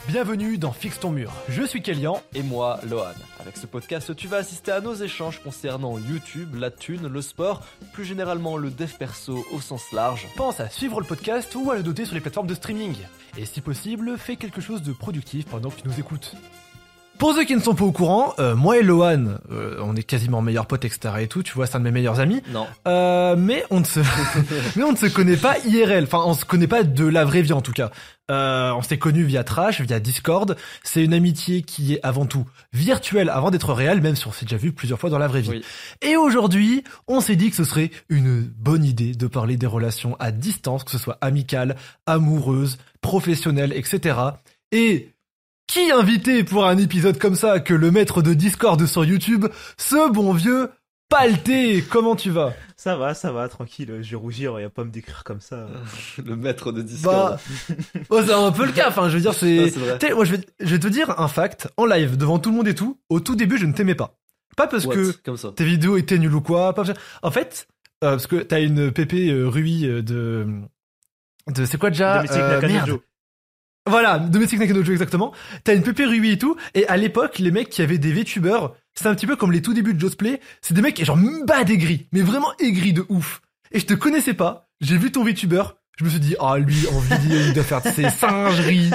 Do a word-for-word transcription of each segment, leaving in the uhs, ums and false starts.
Bienvenue dans Fixe ton mur, je suis Kélian. Et moi, Lohan. Avec ce podcast, tu vas assister à nos échanges concernant YouTube, la thune, le sport, plus généralement le dev perso au sens large. Pense à suivre le podcast ou à le doter sur les plateformes de streaming. Et si possible, fais quelque chose de productif pendant que tu nous écoutes. Pour ceux qui ne sont pas au courant, euh, moi et Lohan, euh, on est quasiment meilleurs potes, et cetera et tout, tu vois, c'est un de mes meilleurs amis. Non. Euh, mais on ne se, mais on ne se connaît pas I R L. Enfin, on se connaît pas de la vraie vie en tout cas. Euh, on s'est connus via Trash, via Discord. C'est une amitié qui est avant tout virtuelle avant d'être réelle, même si on s'est déjà vu plusieurs fois dans la vraie vie. Oui. Et aujourd'hui, on s'est dit que ce serait une bonne idée de parler des relations à distance, que ce soit amicales, amoureuses, professionnelles, et cetera. Et qui invité pour un épisode comme ça que le maître de Discord sur YouTube, ce bon vieux Palté. Comment tu vas? Ça va, ça va, tranquille, je vais rougir, y a pas à me décrire comme ça. Le maître de Discord. Bah, oh, c'est un peu le cas, enfin, je veux dire, c'est... Ah, c'est vrai. T'sais, moi, je vais, je vais te dire un fact, en live, devant tout le monde et tout, au tout début, je ne t'aimais pas. Pas parce What? que Comme ça. tes vidéos étaient nulles ou quoi, pas parce que... En fait, euh, parce que t'as une pépé euh, Rui euh, de... de... C'est quoi déjà? Domestique Euh, Nakanojo. merde. Voilà, Domestic Nakanojo exactement. T'as une pépé Rui et tout, et à l'époque, les mecs qui avaient des VTubers, c'est un petit peu comme les tout débuts de Josplay, c'est des mecs qui genre bad aigris, mais vraiment aigris de ouf. Et je te connaissais pas, j'ai vu ton VTuber, je me suis dit, ah lui, en vidéo, il doit faire de ses singeries.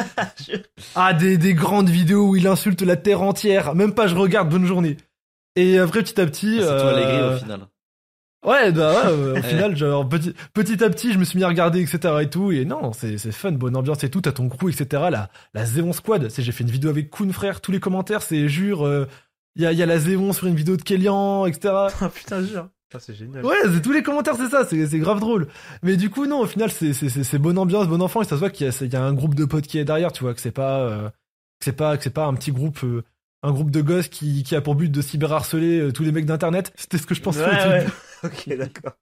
Ah, des, des grandes vidéos où il insulte la terre entière, même pas je regarde, bonne journée. Et après, petit à petit... Ah, c'est toi euh, l'aigri au final. Ouais, bah ouais, euh, au Ouais. final, genre, petit, petit à petit, je me suis mis à regarder, et cetera et tout, et non, c'est, c'est fun, bonne ambiance et tout, t'as ton crew, et cetera. La, la Zéon Squad, c'est, j'ai fait une vidéo avec Kuhn, frère, tous les commentaires, c'est, jure, euh, y a, y a la Zéon sur une vidéo de Kélian, et cetera. Ah putain, jure. Ah, c'est génial. Ouais, c'est, tous les commentaires, c'est ça, c'est, c'est grave drôle. Mais du coup, non, au final, c'est, c'est, c'est, c'est bonne ambiance, bon enfant, et ça se voit qu'il y a, il y a un groupe de potes qui est derrière, tu vois, que c'est pas, euh, que c'est pas, que c'est pas un petit groupe, euh, un groupe de gosses qui, qui a pour but de cyberharceler euh, tous les mecs d'internet. C'était ce que je pensais Ouais, au début. ouais. Ok, d'accord.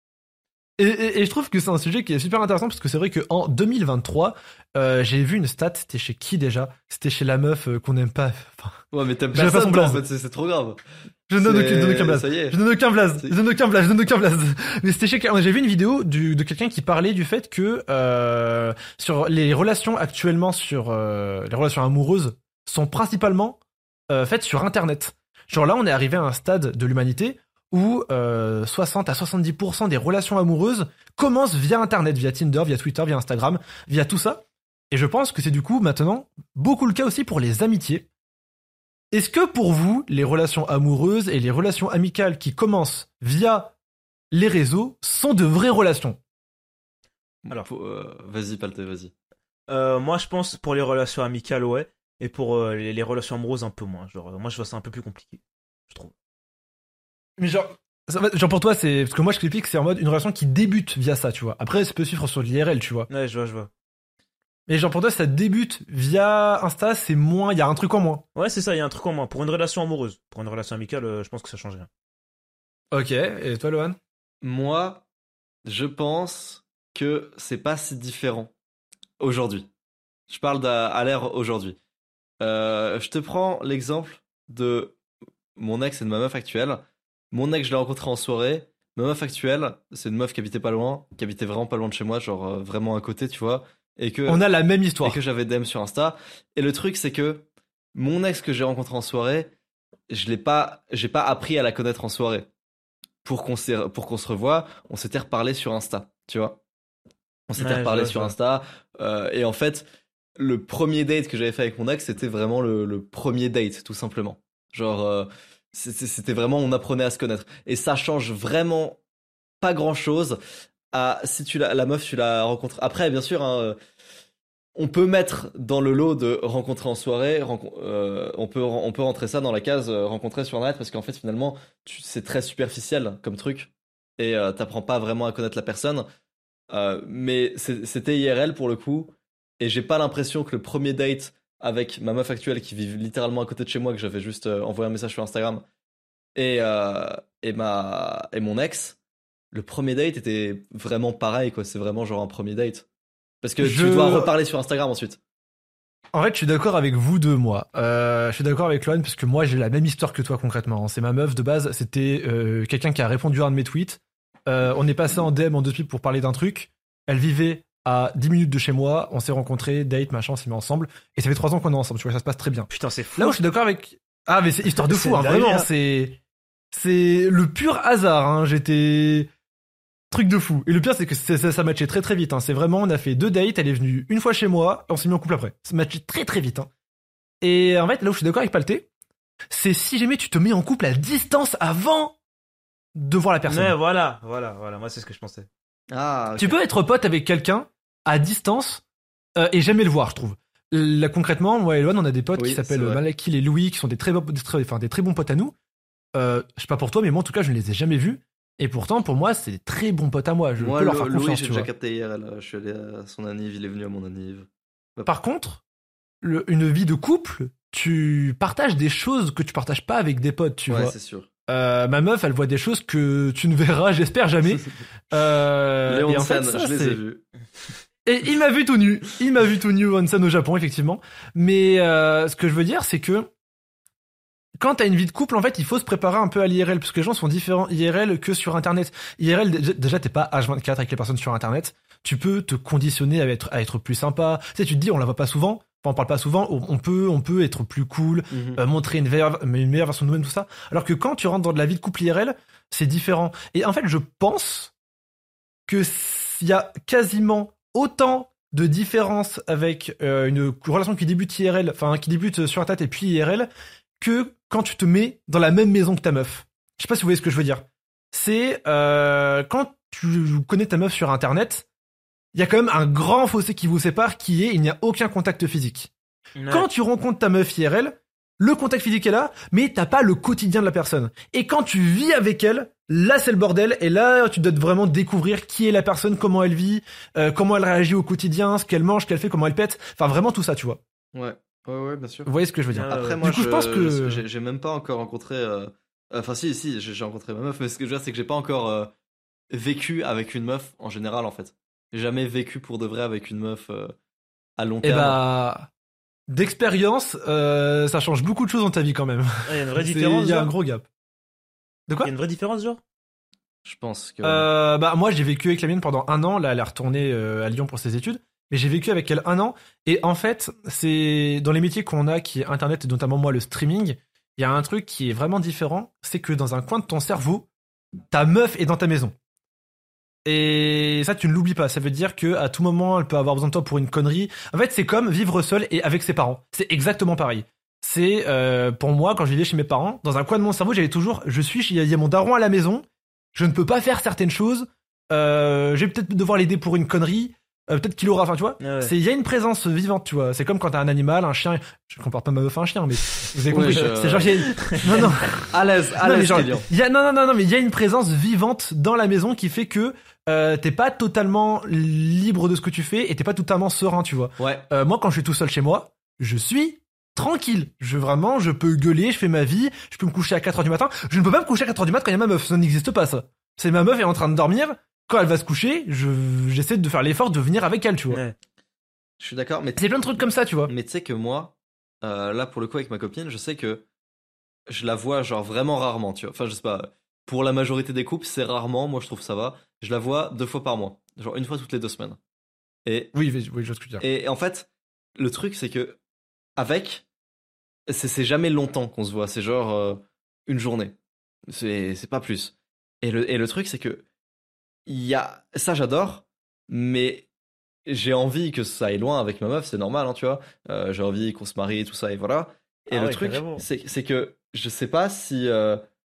Et, et, et je trouve que c'est un sujet qui est super intéressant parce que c'est vrai qu'en deux mille vingt-trois, euh, j'ai vu une stat, c'était chez qui déjà? C'était chez la meuf euh, qu'on aime pas. Enfin, Ouais, mais t'aimes Je vais pas personne, son toi, en blaze. fait, c'est, c'est trop grave. je ne donne C'est- aucun, je donne aucun blaze. Ça y est. Je donne aucun blaze. C'est- Je donne aucun blaze. Je donne aucun blaze. Mais c'était chez j'ai vu une vidéo du, de quelqu'un qui parlait du fait que euh, sur les relations actuellement sur euh, les relations amoureuses sont principalement euh, faites sur Internet. Genre là, on est arrivé à un stade de l'humanité où euh, soixante à soixante-dix pour cent des relations amoureuses commencent via Internet, via Tinder, via Twitter, via Instagram, via tout ça. Et je pense que c'est du coup maintenant beaucoup le cas aussi pour les amitiés. Est-ce que pour vous, les relations amoureuses et les relations amicales qui commencent via les réseaux sont de vraies relations? Alors. Faut- euh, vas-y, Palté, vas-y. Euh, moi, je pense pour les relations amicales, ouais. Et pour euh, les, les relations amoureuses, un peu moins. Genre, euh, moi, je vois ça un peu plus compliqué. Je trouve. Mais genre, ça va- genre pour toi, c'est parce que moi je t'explique, c'est en mode une relation qui débute via ça, tu vois. Après, ça peut suivre sur l'I R L, tu vois. Ouais, je vois, je vois. Mais genre pour toi, ça débute via Insta, c'est moins, il y a un truc en moins. Ouais, c'est ça, il y a un truc en moins. Pour une relation amoureuse. Pour une relation amicale, euh, je pense que ça change rien. Ok. Et toi, Lohan? Moi, je pense que c'est pas si différent aujourd'hui. Je parle d'à à l'ère aujourd'hui. Euh, je te prends l'exemple de mon ex et de ma meuf actuelle. Mon ex, je l'ai rencontré en soirée. Ma meuf actuelle, c'est une meuf qui habitait pas loin, qui habitait vraiment pas loin de chez moi, genre euh, vraiment à côté, tu vois. Et que, On a la même et histoire. que j'avais D M sur Insta. Et le truc, c'est que mon ex que j'ai rencontré en soirée, je l'ai pas, j'ai pas appris à la connaître en soirée. Pour qu'on s'est- pour qu'on se revoie, on s'était reparlé sur Insta, tu vois. On s'était Ouais, je reparlé vois, je sur vois. Insta. euh, et en fait, le premier date que j'avais fait avec mon ex, c'était vraiment le, le premier date, tout simplement. Genre, euh, c'était c'était vraiment, on apprenait à se connaître. Et ça change vraiment pas grand chose à si tu la, la meuf, tu la rencontres. Après, bien sûr, hein, euh, on peut mettre dans le lot de rencontrer en soirée, rencon- euh, on, peut, on peut rentrer ça dans la case euh, rencontrer sur Internet parce qu'en fait, finalement, tu- c'est très superficiel comme truc et euh, t'apprends pas vraiment à connaître la personne. Euh, mais c'est- c'était I R L pour le coup et j'ai pas l'impression que le premier date avec ma meuf actuelle qui vit littéralement à côté de chez moi, que j'avais juste euh, envoyé un message sur Instagram, et, euh, et, ma, et mon ex, le premier date était vraiment pareil, quoi. C'est vraiment genre un premier date. Parce que Je- tu dois reparler sur Instagram ensuite. En fait, je suis d'accord avec vous deux, moi. Euh, je suis d'accord avec Lohan parce que moi, j'ai la même histoire que toi concrètement. C'est ma meuf de base. C'était euh, quelqu'un qui a répondu à un de mes tweets. Euh, on est passé en D M en deux tweets pour parler d'un truc. Elle vivait à dix minutes de chez moi, on s'est rencontrés, date, machin, on s'est mis ensemble, et ça fait trois ans qu'on est ensemble, tu vois, ça se passe très bien. Putain, c'est fou. Là où je suis d'accord avec... Ah, mais c'est histoire de C'est fou, hein, dingue, vraiment, hein. c'est... C'est le pur hasard, hein, j'étais... Truc de fou. Et le pire, c'est que c'est- ça, ça matchait très très vite, hein. C'est vraiment, on a fait deux dates, elle est venue une fois chez moi, et on s'est mis en couple après. Ça matchait très très vite, hein. Et en fait, là où je suis d'accord avec Palté, c'est si jamais tu te mets en couple à distance avant de voir la personne. Ouais, voilà, voilà, voilà. Moi, c'est ce que je pensais. Ah, ok. Tu peux être pote avec quelqu'un à distance euh, et jamais le voir, je trouve. Là, concrètement, moi et Eloane, on a des potes Oui, qui s'appellent c'est vrai. Malakil et Louis, qui sont des très, bons- des très, enfin, des très bons potes à nous. Euh, je sais pas pour toi, mais moi en tout cas, je ne les ai jamais vus. Et pourtant, pour moi, c'est des très bons potes à moi. Je Moi, peux leur Lo- faire Louis, confiance, j'ai tu déjà vois. capté hier. Là. Je suis allé à son anniv, il est venu à mon anniv. Par contre, le- une vie de couple, tu partages des choses que tu partages pas avec des potes, tu ouais, vois. c'est sûr. Euh, ma meuf, elle voit des choses que tu ne verras, j'espère jamais. Euh, Léon et en fait, San, ça, je les c'est- ai vus. Et il m'a vu tout nu. Il m'a vu tout nu Onsen au Japon, effectivement. Mais euh, ce que je veux dire, c'est que quand t'as une vie de couple, en fait, il faut se préparer un peu à l'I R L, parce que les gens sont différents I R L que sur Internet. I R L, déjà, déjà, t'es pas H vingt-quatre avec les personnes sur Internet. Tu peux te conditionner à être, à être plus sympa. Tu sais, tu te dis, on la voit pas souvent. Enfin, on parle pas souvent. On on peut, on peut être plus cool, Mhm. euh, montrer une meilleure, une meilleure version de nous-mêmes, tout ça. Alors que quand tu rentres dans de la vie de couple I R L, c'est différent. Et en fait, je pense que s'il y a quasiment autant de différence avec euh, une relation qui débute I R L, enfin qui débute sur Internet et puis I R L, que quand tu te mets dans la même maison que ta meuf. Je sais pas si vous voyez ce que je veux dire. C'est euh, quand tu connais ta meuf sur Internet, il y a quand même un grand fossé qui vous sépare, qui est il n'y a aucun contact physique. Ouais. Quand tu rencontres ta meuf I R L, le contact physique est là, mais t'as pas le quotidien de la personne. Et quand tu vis avec elle, là c'est le bordel, et là tu dois vraiment découvrir qui est la personne, comment elle vit, euh, comment elle réagit au quotidien, ce qu'elle mange, ce qu'elle fait, comment elle pète, enfin vraiment tout ça, tu vois. Ouais, ouais, ouais, bien sûr. Vous voyez ce que je veux dire. Ah, Après, ouais. moi, Du coup, je pense que- j'ai j'ai même pas encore rencontré. euh, Enfin, si, si, j'ai j'ai rencontré ma meuf, mais ce que je veux dire, c'est que j'ai pas encore euh, vécu avec une meuf en général, en fait. J'ai jamais vécu pour de vrai avec une meuf euh, à long Et terme. bah, d'expérience, euh, ça change beaucoup de choses dans ta vie quand même. Il y a une vraie C'est- différence. Il y a un genre gros gap. De Il quoi y a une vraie différence, genre Je pense que. Euh, bah moi j'ai vécu avec la mienne pendant un an. Là elle est retournée euh, à Lyon pour ses études, mais j'ai vécu avec elle un an. Et en fait c'est dans les métiers qu'on a, qui est internet et notamment moi le streaming, il y a un truc qui est vraiment différent, c'est que dans un coin de ton cerveau, ta meuf est dans ta maison. Et ça tu ne l'oublies pas. Ça veut dire que à tout moment elle peut avoir besoin de toi pour une connerie. En fait c'est comme vivre seul et avec ses parents. C'est exactement pareil. C'est euh, pour moi quand je vivais chez mes parents, dans un coin de mon cerveau j'avais toujours, je suis, il y a- il y a mon daron à la maison. Je ne peux pas faire certaines choses. Euh, je vais peut-être devoir l'aider pour une connerie. Euh, peut-être qu'il aura, enfin, tu vois. Ah ouais. C'est, il y a une présence vivante, tu vois. C'est comme quand t'as un animal, un chien. Je compare pas ma meuf à un chien, mais vous avez Ouais, compris. je- C'est genre, il y a- non, non. À l'aise, à Non, mais l'aise, genre, Kélian. il y a, non, non, non, non, mais il y a une présence vivante dans la maison qui fait que euh, t'es pas totalement libre de ce que tu fais et t'es pas totalement serein, tu vois. Ouais. Euh, moi, quand je suis tout seul chez moi, je suis tranquille. Je vraiment, je peux gueuler, je fais ma vie, je peux me coucher à quatre heures du matin. Je ne peux pas me coucher à quatre heures du matin quand il y a ma meuf. Ça n'existe pas, ça. C'est ma meuf est en train de dormir. Quand elle va se coucher, je, j'essaie de faire l'effort de venir avec elle, tu vois. Ouais. Je suis d'accord, mais C'est plein de trucs comme ça, tu vois. Mais tu sais que moi, euh, là pour le coup avec ma copine, je sais que je la vois genre vraiment rarement, tu vois. Enfin, je sais pas, pour la majorité des couples, c'est rarement, moi je trouve ça va. Je la vois deux fois par mois, genre une fois toutes les deux semaines. Et, Oui, oui, oui, je vois ce que tu veux dire. et en fait, le truc c'est que avec, c'est c'est jamais longtemps qu'on se voit, c'est genre euh, une journée. C'est c'est pas plus. Et le, et le truc c'est que il y a ça j'adore, mais j'ai envie que ça aille loin avec ma meuf, c'est normal, hein, tu vois. Euh, j'ai envie qu'on se marie et tout ça, et voilà. Et Ah le ouais, truc, carrément. c'est c'est que je sais pas si, euh,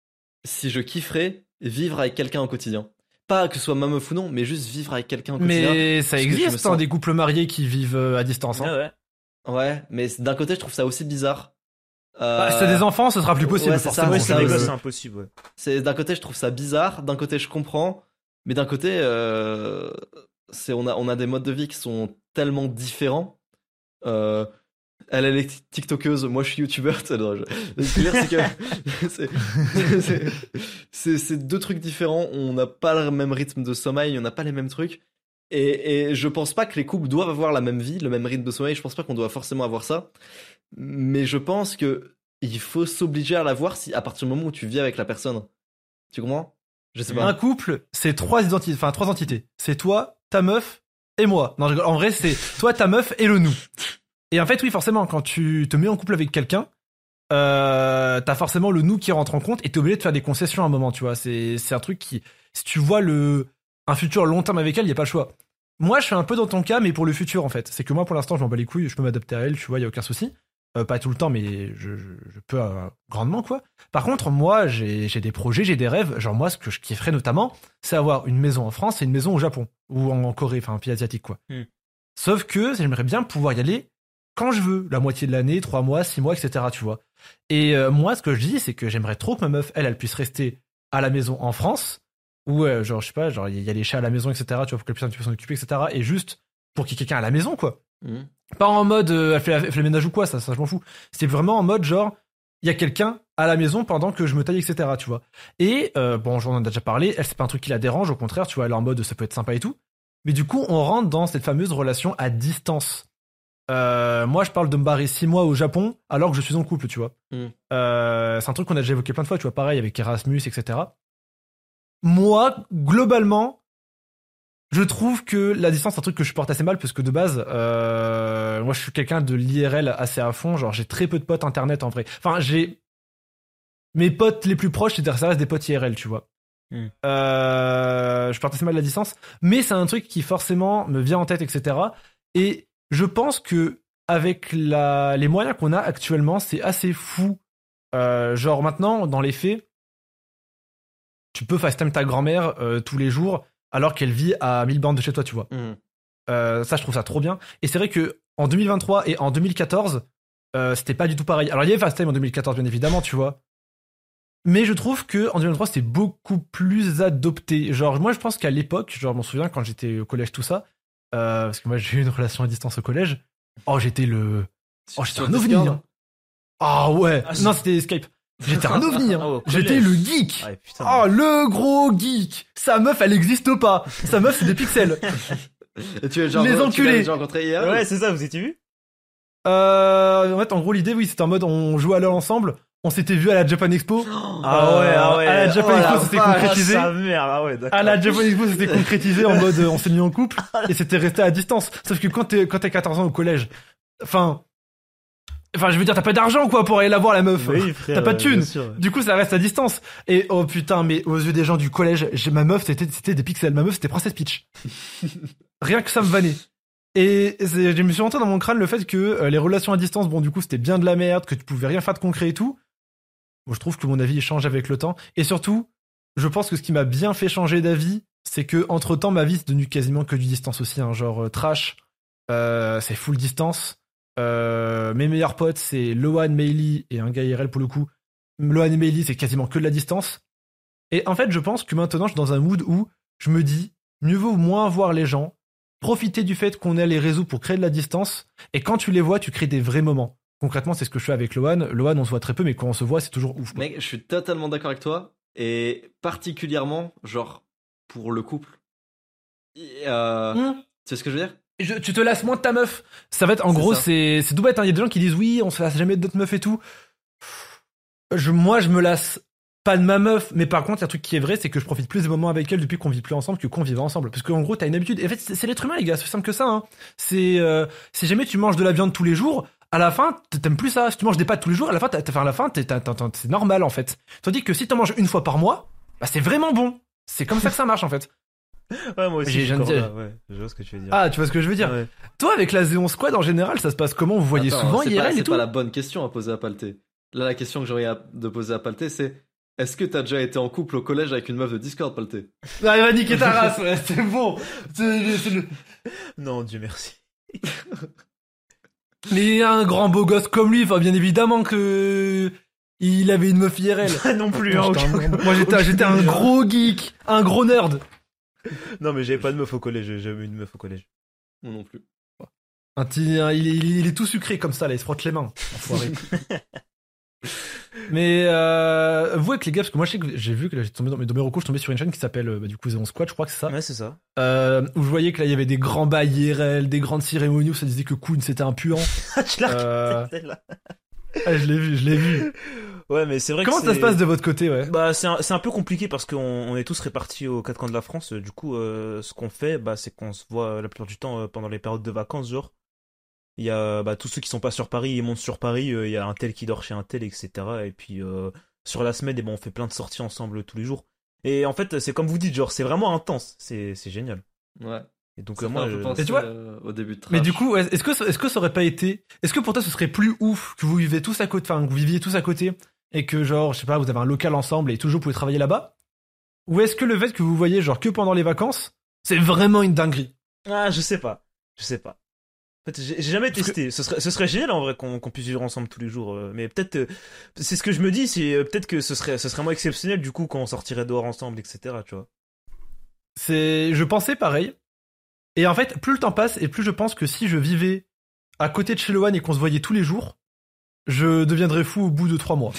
si je kifferais vivre avec quelqu'un au quotidien. Pas que ce soit ma meuf ou non, mais juste vivre avec quelqu'un au quotidien. Mais ça parce que je me existe, hein, sens- des couples mariés qui vivent euh, à distance. Hein. Ouais, ouais. Ouais, mais d'un côté, je trouve ça aussi bizarre. Bah, Euh, si t'as des enfants, ce sera plus possible, ouais, c'est ça, forcément. Ouais, bon, c'est ça, des euh, gosses, c'est impossible, ouais. c'est d'un côté, je trouve ça bizarre. D'un côté, je comprends, mais d'un côté, euh, c'est on a on a des modes de vie qui sont tellement différents. Euh, elle, elle est tiktokeuse, moi je suis youtubeur. tu sais, non, je- Ce que je veux dire, c'est que c'est- c'est- c'est c'est deux trucs différents. On n'a pas le même rythme de sommeil, on n'a pas les mêmes trucs. Et, et je pense pas que les couples doivent avoir la même vie, le même rythme de sommeil. Je pense pas qu'on doit forcément avoir ça. Mais je pense que il faut s'obliger à l'avoir si à partir du moment où tu vis avec la personne. Tu comprends? Je sais Un pas. couple, c'est trois identités, enfin trois entités. C'est toi, ta meuf et moi. Non, je rigole. En vrai, c'est toi, ta meuf et le nous. Et en fait, oui, forcément, quand tu te mets en couple avec quelqu'un, euh, t'as forcément le nous qui rentre en compte et t'es obligé de faire des concessions à un moment, tu vois. C'est, c'est un truc qui, si tu vois le, un futur long terme avec elle, y a pas le choix. Moi, je suis un peu dans ton cas, mais pour le futur, en fait. C'est que moi, pour l'instant, je m'en bats les couilles, je peux m'adapter à elle, tu vois, y a aucun souci. Euh, pas tout le temps, mais je, je, je peux euh, grandement, quoi. Par contre, moi, j'ai, j'ai des projets, j'ai des rêves. Genre, moi, ce que je kifferais notamment, c'est avoir une maison en France et une maison au Japon. Ou en Corée, enfin, un pays asiatique, quoi. Mm. Sauf que j'aimerais bien pouvoir y aller quand je veux, la moitié de l'année, trois mois, six mois, et cetera, tu vois. Et euh, moi, ce que je dis, c'est que j'aimerais trop que ma meuf, elle, elle puisse rester à la maison en France, ou euh, genre, je sais pas, genre, il y a les chats à la maison, et cetera, tu vois, pour qu'elle puisse un petit peu s'en occuper, et cetera. Et juste pour qu'il y ait quelqu'un à la maison, quoi. Mmh. Pas en mode, euh, elle, fait, elle fait le ménage ou quoi, ça, ça je m'en fous. C'est vraiment en mode, genre, il y a quelqu'un à la maison pendant que je me taille, et cetera, tu vois. Et, euh, bon, j'en ai déjà parlé, elle, c'est pas un truc qui la dérange, au contraire, tu vois, elle est en mode, ça peut être sympa et tout. Mais du coup, on rentre dans cette fameuse relation à distance. Euh, moi, je parle de me barrer six mois au Japon alors que je suis en couple, tu vois. Mm. Euh, c'est un truc qu'on a déjà évoqué plein de fois, tu vois, pareil avec Erasmus, et cetera. Moi, globalement, je trouve que la distance, c'est un truc que je porte assez mal parce que de base, euh, moi, je suis quelqu'un de l'I R L assez à fond. Genre, j'ai très peu de potes internet en vrai. Enfin, j'ai mes potes les plus proches, c'est ça reste des potes I R L, tu vois. Mm. Euh, je porte assez mal la distance, mais c'est un truc qui forcément me vient en tête, et cetera. Et je pense que avec la, les moyens qu'on a actuellement, c'est assez fou. Euh, genre maintenant, dans les faits, tu peux FaceTime ta grand-mère euh, tous les jours alors qu'elle vit à mille bornes de chez toi, tu vois. Mmh. Euh, ça, je trouve ça trop bien. Et c'est vrai que en deux mille vingt-trois et en deux mille quatorze, euh, c'était pas du tout pareil. Alors il y avait FaceTime en deux mille quatorze, bien évidemment, tu vois. Mais je trouve que en deux mille vingt-trois, c'était beaucoup plus adopté. Genre, moi, je pense qu'à l'époque, genre, je m'en souviens quand j'étais au collège, tout ça. Euh, parce que moi j'ai eu une relation à distance au collège. Oh j'étais le, oh j'étais un ovni. Hein. Ah ouais. Ah, non c'était Skype. J'étais un ovni. Hein. Ah, j'étais le geek. Ah, putain, oh le gros geek. Sa meuf elle existe pas. Sa meuf c'est des pixels. Et tu es genre, les enculés. Tu rencontré hier. Ouais c'est ça. Vous étiez vu? Euh, en fait en gros l'idée oui c'était en mode on jouait à LoL ensemble. On s'était vu à la Japan Expo. Ah ouais, ah ouais. À la Japan oh Expo, c'était concrétisé. Ah, merde, ah ouais, à la Japan Expo, c'était concrétisé en mode on s'est mis en couple et c'était resté à distance. Sauf que quand t'es quand t'es quatorze ans au collège, enfin, enfin je veux dire t'as pas d'argent quoi pour aller la voir la meuf. Oui, frère, t'as pas de thunes. Sûr, ouais. Du coup ça reste à distance. Et oh putain mais aux yeux des gens du collège, j'ai ma meuf c'était c'était des pixels. Ma meuf c'était Princess Peach. Rien que ça me vannait. Et je me suis rentré dans mon crâne le fait que euh, les relations à distance, bon du coup c'était bien de la merde, que tu pouvais rien faire de concret et tout. Bon, je trouve que mon avis change avec le temps. Et surtout, je pense que ce qui m'a bien fait changer d'avis, c'est que entre temps ma vie c'est devenu quasiment que du distance aussi. Hein. Genre euh, Trash, euh, c'est full distance. Euh, mes meilleurs potes c'est Loan, Meili et un gars I R L pour le coup. Loan et Meili c'est quasiment que de la distance. Et en fait je pense que maintenant je suis dans un mood où je me dis mieux vaut moins voir les gens, profiter du fait qu'on ait les réseaux pour créer de la distance. Et quand tu les vois, tu crées des vrais moments. Concrètement, c'est ce que je fais avec Loan. Loan, on se voit très peu, mais quand on se voit, c'est toujours ouf. Quoi. Mec, je suis totalement d'accord avec toi. Et particulièrement, genre, pour le couple. Euh, mmh. Tu sais ce que je veux dire je, Tu te lasses moins de ta meuf. Ça va être, en c'est gros, c'est, c'est tout bête. Il hein. y a des gens qui disent oui, on se lasse jamais de notre meuf et tout. Je, moi, je me lasse pas de ma meuf. Mais par contre, il y a un truc qui est vrai, c'est que je profite plus des moments avec elle depuis qu'on vit plus ensemble que qu'on vivait ensemble. Parce qu'en gros, t'as une habitude. Et en fait, c'est, c'est l'être humain, les gars. C'est aussi simple que ça. Hein. C'est, euh, si jamais tu manges de la viande tous les jours, à la fin, t'aimes plus ça. Si tu manges des pâtes tous les jours, à la fin, t'as, à la fin t'es, t'as, t'as, t'as, c'est normal en fait. Tandis que si t'en manges une fois par mois, bah c'est vraiment bon. C'est comme ça que ça marche en fait. Ouais, moi aussi. J'ai, je, dire... ouais, je vois ce que tu veux dire. Ah, tu vois ce que je veux dire. Ouais. Toi, avec la Xéon Squad en général, ça se passe comment? Vous voyez Attends, souvent I R L et tout. C'est pas la bonne question à poser à Palté. Là, la question que j'aurais à de poser à Palté, c'est est-ce que t'as déjà été en couple au collège avec une meuf de Discord, Palté? Ah, il va niquer ta race. Ouais, c'est bon. C'est, c'est le... Non, Dieu merci. Mais un grand beau gosse comme lui, enfin bien évidemment que il avait une meuf I R L. Non plus. Hein, j'étais un, moi j'étais, j'étais un gros geek, un gros nerd. Non mais j'avais pas de meuf au collège, j'ai jamais eu une meuf au collège. Moi non plus. Un petit, un, il, est, il est tout sucré comme ça là, il se frotte les mains. Enfoiré. Mais euh, vous avec les gars, parce que moi je sais que j'ai vu que là, j'ai tombé dans mes, dans mes recours, je suis tombé sur une chaîne qui s'appelle bah, du coup Xéon Squad, je crois que c'est ça. Ouais c'est ça. Euh, où je voyais que là il y avait des grands bails I R L, des grandes cérémonies où ça disait que Kuhn c'était un puant. Je l'ai euh... là. Ah, je l'ai vu, je l'ai vu. Ouais, mais c'est vrai Comment que ça c'est... se passe de votre côté, ouais? Bah, c'est un, c'est un peu compliqué parce qu'on on est tous répartis aux quatre coins de la France. Du coup, euh, ce qu'on fait, bah, c'est qu'on se voit euh, la plupart du temps euh, pendant les périodes de vacances, genre. Il y a bah, tous ceux qui sont pas sur Paris, ils montent sur Paris. euh, Il y a un tel qui dort chez un tel, et cetera. Et puis euh, sur la semaine, eh ben, on fait plein de sorties ensemble tous les jours. Et en fait, c'est comme vous dites, genre, c'est vraiment intense. C'est c'est génial. Ouais. Et donc Ça euh, fait moi, un peu je... penser Et tu vois euh, au début de Trash. Mais du coup, est-ce que, est-ce que ça aurait pas été, est-ce que pour toi ce serait plus ouf que vous vivez tous à côté, enfin, que vous viviez tous à côté et que genre, je sais pas, vous avez un local ensemble et toujours vous pouvez travailler là-bas? Ou est-ce que le fait que vous voyez genre que pendant les vacances, c'est vraiment une dinguerie? Ah, je sais pas. Je sais pas. En fait, j'ai j'ai jamais Parce testé. Ce serait, ce serait génial en vrai qu'on qu'on puisse vivre ensemble tous les jours. euh, Mais peut-être, euh, c'est ce que je me dis, c'est euh, peut-être que ce serait, ce serait moins exceptionnel du coup quand on sortirait dehors ensemble, et cetera. Tu vois. C'est, je pensais pareil. Et en fait, plus le temps passe et plus je pense que si je vivais à côté de chez Loan et qu'on se voyait tous les jours, je deviendrais fou au bout de trois mois.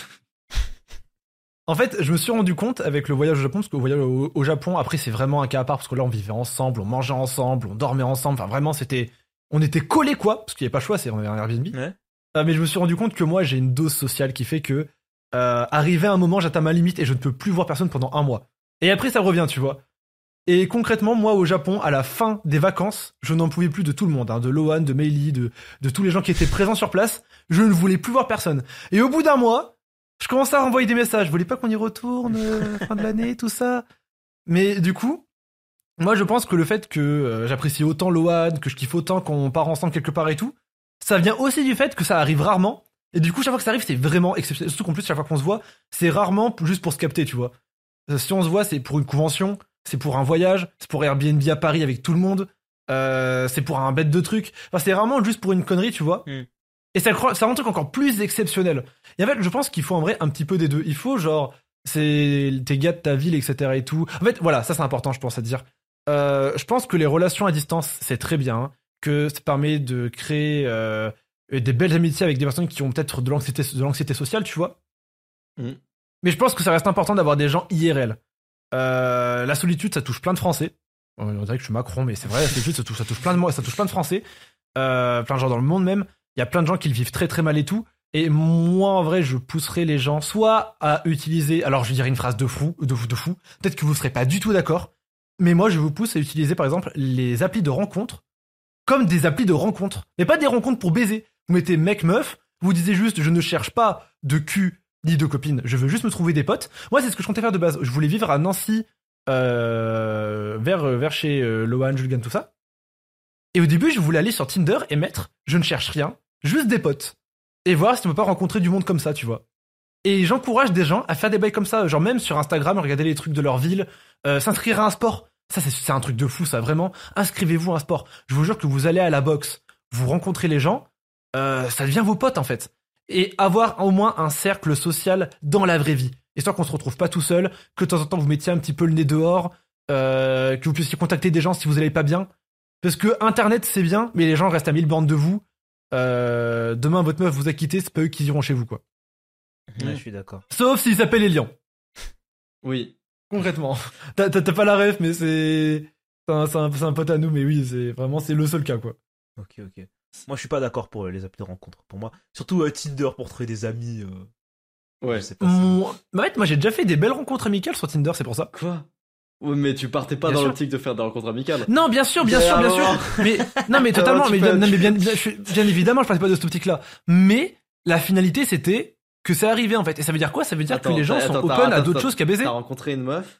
En fait, je me suis rendu compte avec le voyage au Japon, parce que le voyage au, au Japon, après, c'est vraiment un cas à part, parce que là, on vivait ensemble, on mangeait ensemble, on dormait ensemble, enfin, vraiment, c'était, on était collés, quoi, parce qu'il n'y avait pas le choix, c'est on avait un Airbnb. Ouais. Euh, mais je me suis rendu compte que moi, j'ai une dose sociale qui fait que, euh, arrivé à un moment, j'atteins ma limite et je ne peux plus voir personne pendant un mois. Et après, ça revient, tu vois. Et concrètement, moi, au Japon, à la fin des vacances, je n'en pouvais plus de tout le monde, hein, de Loan, de Meili, de, de tous les gens qui étaient présents sur place. Je ne voulais plus voir personne. Et au bout d'un mois, je commençais à renvoyer des messages. Je voulais pas qu'on y retourne, euh, fin de l'année, tout ça. Mais du coup, moi, je pense que le fait que euh, j'apprécie autant Loan, que je kiffe autant qu'on part ensemble quelque part et tout, ça vient aussi du fait que ça arrive rarement. Et du coup, chaque fois que ça arrive, c'est vraiment exceptionnel. Surtout qu'en plus, chaque fois qu'on se voit, c'est rarement juste pour se capter, tu vois. Euh, Si on se voit, c'est pour une convention, c'est pour un voyage, c'est pour Airbnb à Paris avec tout le monde, euh, c'est pour un bête de truc. Enfin, c'est vraiment juste pour une connerie, tu vois. Mm. Et ça, cro- ça rend un truc encore plus exceptionnel. Et en fait, je pense qu'il faut en vrai un petit peu des deux. Il faut genre, c'est tes gars de ta ville, et cetera et tout. En fait, voilà, ça c'est important, je pense à dire. Euh, je pense que les relations à distance, c'est très bien, hein, que ça permet de créer euh, des belles amitiés avec des personnes qui ont peut-être de l'anxiété, de l'anxiété sociale, tu vois. Mm. Mais je pense que ça reste important d'avoir des gens I R L. Euh, la solitude, ça touche plein de Français. On dirait que je suis Macron, mais c'est vrai, la solitude, ça touche, ça touche plein de moi, ça touche plein de Français, euh, plein de gens dans le monde même. Il y a plein de gens qui le vivent très très mal et tout. Et moi, en vrai, je pousserais les gens soit à utiliser, alors je vais dire une phrase de fou, de fou, de fou. Peut-être que vous serez pas du tout d'accord, mais moi, je vous pousse à utiliser par exemple les applis de rencontres comme des applis de rencontres, mais pas des rencontres pour baiser. Vous mettez mec meuf, vous disiez juste je ne cherche pas de cul ni de copine, je veux juste me trouver des potes. Moi, c'est ce que je comptais faire de base. Je voulais vivre à Nancy, euh, vers vers chez euh, Lohan, Julgan, tout ça. Et au début, je voulais aller sur Tinder et mettre je ne cherche rien, juste des potes. Et voir si on peut pas rencontrer du monde comme ça, tu vois. Et j'encourage des gens à faire des bails comme ça, genre même sur Instagram, regarder les trucs de leur ville, euh, s'inscrire à un sport. Ça, c'est, c'est un truc de fou, ça, vraiment. Inscrivez-vous à un sport. Je vous jure que vous allez à la boxe, vous rencontrez les gens, euh, ça devient vos potes, en fait. Et avoir au moins un cercle social dans la vraie vie. Histoire qu'on se retrouve pas tout seul, que de temps en temps vous mettiez un petit peu le nez dehors, euh, que vous puissiez contacter des gens si vous allez pas bien. Parce que Internet, c'est bien, mais les gens restent à mille bornes de vous. Euh, demain, votre meuf vous a quitté, c'est pas eux qui iront chez vous, quoi. Ouais, je suis d'accord. Sauf s'il s'appelle Elian. Oui. Concrètement. T'as, t'as, t'as pas la ref, mais c'est... C'est un, c'est, un, c'est un pote à nous, mais oui, c'est vraiment, c'est le seul cas, quoi. Ok, ok. Moi, je suis pas d'accord pour euh, les applis de rencontre. Pour moi, surtout euh, Tinder pour trouver des amis. Euh... Ouais. Je sais pas. Si... Moi, en fait, moi, j'ai déjà fait des belles rencontres amicales sur Tinder, c'est pour ça. Quoi? Ouais, mais tu partais pas Bien dans sûr. l'optique de faire des rencontres amicales. Non, bien sûr, bien sûr, bien sûr. Mais, non, mais totalement, Alors, tu mais, peux- bien, non, tu- mais bien, bien, je suis- bien évidemment, je partais pas de cette optique-là. Mais, la finalité, c'était que ça arrivait, en fait. Et ça veut dire quoi? Ça veut dire Attends, que les gens attends, sont attends, open à attends, d'autres attends. choses qu'à baiser. T'as rencontré une meuf?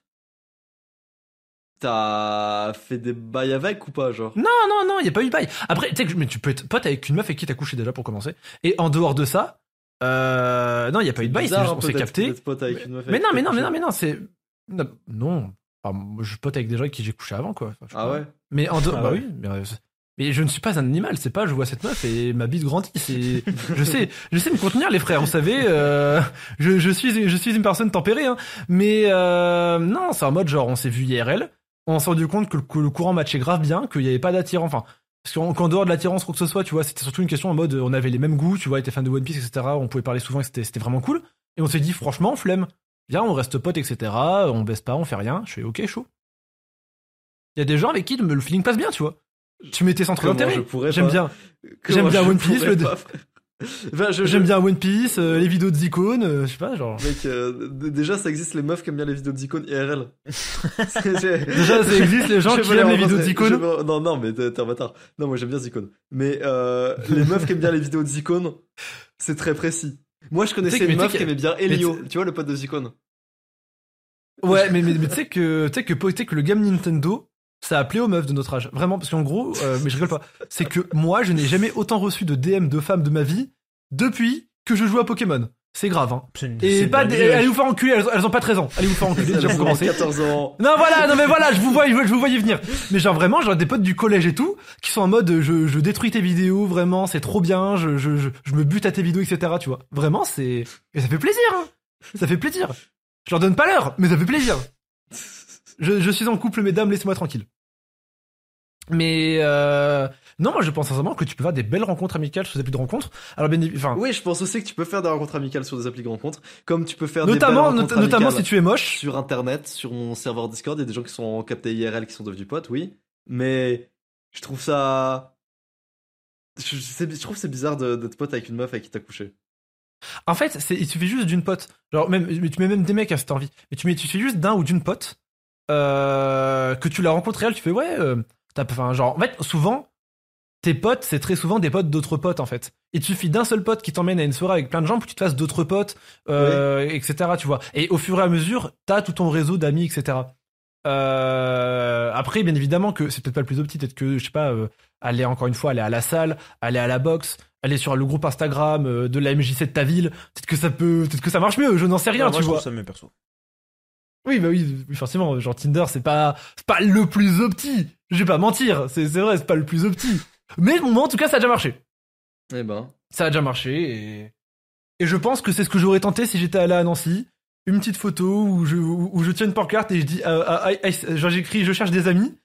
T'as fait des bails avec ou pas, genre? Non, non, non, y a pas eu de bail. Après, tu sais que, mais tu peux être pote avec une meuf avec qui t'as couché déjà pour commencer. Et en dehors de ça, euh, non, y a pas eu de bail, c'est Bizarre, juste, un on peu s'est d'être- capté. d'être pote avec une meuf Mais avec non, qui mais t'as non, mais couché. non, mais non, c'est, non, non. Enfin, moi, je suis pote avec des gens avec qui j'ai couché avant, quoi. Enfin, je sais Ah pas. ouais? Mais en dehors, Ah bah ouais. oui, mais, euh, c'est- mais je ne suis pas un animal, c'est pas, je vois cette meuf et ma bite grandit, c'est, je sais, je sais me contenir, les frères, vous savez, euh, je, je suis, je suis une personne tempérée, hein. Mais, euh, non, c'est en mode genre, on s'est vu I R L, on s'est rendu compte que le, que le courant matchait grave bien, qu'il y avait pas d'attirance, enfin, parce qu'en, qu'en dehors de l'attirance, quoi que ce soit, tu vois, c'était surtout une question en mode, on avait les mêmes goûts, tu vois, était fan de One Piece, et cetera, on pouvait parler souvent, et c'était, c'était vraiment cool. Et on s'est dit, franchement, flemme. Viens, on reste potes, et cetera, on baisse pas, on fait rien. Je fais, ok, chaud. Il y a des gens avec qui le feeling passe bien, tu vois. Tu mets tes centres Comment d'intérêt. je pourrais J'aime pas bien. Comment J'aime bien je One Piece, pourrais le- pas, frère Enfin, je, J'aime je- bien One Piece, euh, les vidéos de Zicone, euh, je sais pas, genre. Mec, euh, d- déjà, ça existe les meufs qui aiment bien les vidéos de Zicone I R L. C'est- j'ai- Déjà, ça existe, les gens Je qui veux aiment les rencontrer- vidéos de je Zicone. veux- Non, non, mais t'es t'es un bâtard. Non, moi j'aime bien Zicone. Mais euh, les meufs qui aiment bien les vidéos de Zicone, c'est très précis. Moi, je connaissais Tu sais que- une mais meuf tu sais qui que- aimait bien mais Elio. tu- Tu vois, le pote de Zicone. Ouais, mais, mais, mais tu sais que, tu sais que, tu sais que le game Nintendo, ça a appelé aux meufs de notre âge. Vraiment, parce qu'en gros, euh, mais je rigole pas. C'est que moi, je n'ai jamais autant reçu de D M de femmes de ma vie depuis que je joue à Pokémon. C'est grave, hein. C'est une- Et c'est pas une des, dinguerie, allez wesh. vous faire enculer, elles, ont- elles ont pas treize ans. Allez vous faire enculer, déjà pour commencer. quatorze ans. Non voilà, non mais voilà, je vous vois, je vous voyais venir. Mais genre vraiment, genre des potes du collège et tout, qui sont en mode, je, je détruis tes vidéos, vraiment, c'est trop bien, je, je, je, je me bute à tes vidéos, et cetera. Tu vois, vraiment, c'est, et ça fait plaisir, hein. Ça fait plaisir. Je leur donne pas l'heure, mais ça fait plaisir. Je, je suis en couple, mesdames, laissez-moi tranquille. Mais euh, non, moi je pense sincèrement que tu peux faire des belles rencontres amicales sur des applis de rencontres. Alors bien, évi- enfin, Oui, je pense aussi que tu peux faire des rencontres amicales sur des applis de rencontres, comme tu peux faire des notamment, belles not- rencontres notamment si amicales tu es moche. sur internet, sur mon serveur Discord, il y a des gens qui sont en capté I R L qui sont devenus potes, oui. Mais je trouve ça. Je, je sais- je trouve que c'est bizarre de- d'être pote avec une meuf avec qui t'as couché. En fait, c'est, il suffit juste d'une pote. Genre, même, mais tu mets même des mecs à cette envie. Mais tu mets, tu suffit juste d'un ou d'une pote, euh, que tu la rencontres réelle, tu fais, ouais, euh, t'as, enfin, genre, en fait, souvent, tes potes, c'est très souvent des potes d'autres potes, en fait. Il te suffit d'un seul pote qui t'emmène à une soirée avec plein de gens pour que tu te fasses d'autres potes, euh, et cetera, tu vois. Et au fur et à mesure, t'as tout ton réseau d'amis, et cetera. Euh, après, bien évidemment que c'est peut-être pas le plus opti, peut-être que, je sais pas, euh, aller encore une fois, aller à la salle, aller à la boxe, aller sur le groupe Instagram euh, de la M J C de ta ville, peut-être que ça peut, peut-être que ça marche mieux, je n'en sais rien, Ouais, moi, tu je vois. trouve ça mieux, perso. Oui, bah oui, oui, forcément, genre Tinder, c'est pas, c'est pas le plus opti. Je vais pas mentir, c'est, c'est vrai, c'est pas le plus opti. Mais bon, moi, en tout cas, ça a déjà marché. Eh ben. Ça a déjà marché et, et je pense que c'est ce que j'aurais tenté si j'étais allé à Nancy. Une petite photo où je, où, où je tiens une pancarte et je dis, euh, ah, ah, ah, genre j'écris, je cherche des amis.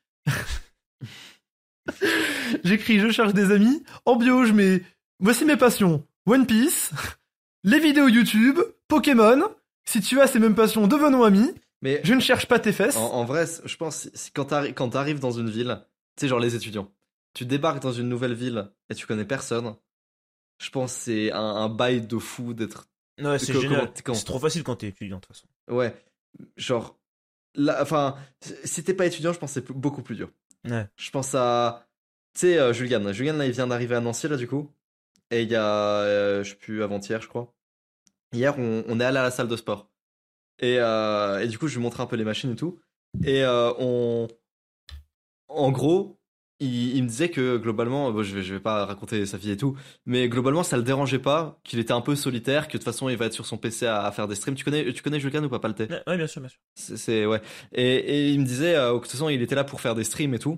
J'écris, je cherche des amis. En bio, je mets, voici mes passions. One Piece, les vidéos YouTube, Pokémon. Si tu as ces mêmes passions, devenons amis. Mais Je ne cherche pas tes fesses. en, en vrai, c'est- je pense si- quand t'arri- quand t'arrives dans une ville, tu sais, genre les étudiants, tu débarques dans une nouvelle ville et tu connais personne. Je pense que c'est un, un bail de fou d'être. Ouais, c'est Que- génial. comment- quand- C'est trop facile quand t'es étudiant, de toute façon. Ouais. Genre. Là, enfin, si t'es pas étudiant, je pense que c'est beaucoup plus dur. Ouais. Je pense à. Tu sais, euh, Julian. Julian, là, il vient d'arriver à Nancy, là, du coup. Et il y a. euh, je sais plus, avant-hier, je crois. Hier, on, on est allé à la salle de sport. Et, euh, et du coup, je lui montrais un peu les machines et tout. Et euh, on. En gros, il, il me disait que globalement, bon, je, vais, je vais pas raconter sa vie et tout, mais globalement, ça le dérangeait pas, qu'il était un peu solitaire, que de toute façon, il va être sur son P C à, à faire des streams. Tu connais, tu connais Julian ou pas, Palté? Ouais, ouais, bien sûr, bien sûr. C'est, c'est- ouais. Et, et il me disait euh, que de toute façon, il était là pour faire des streams et tout.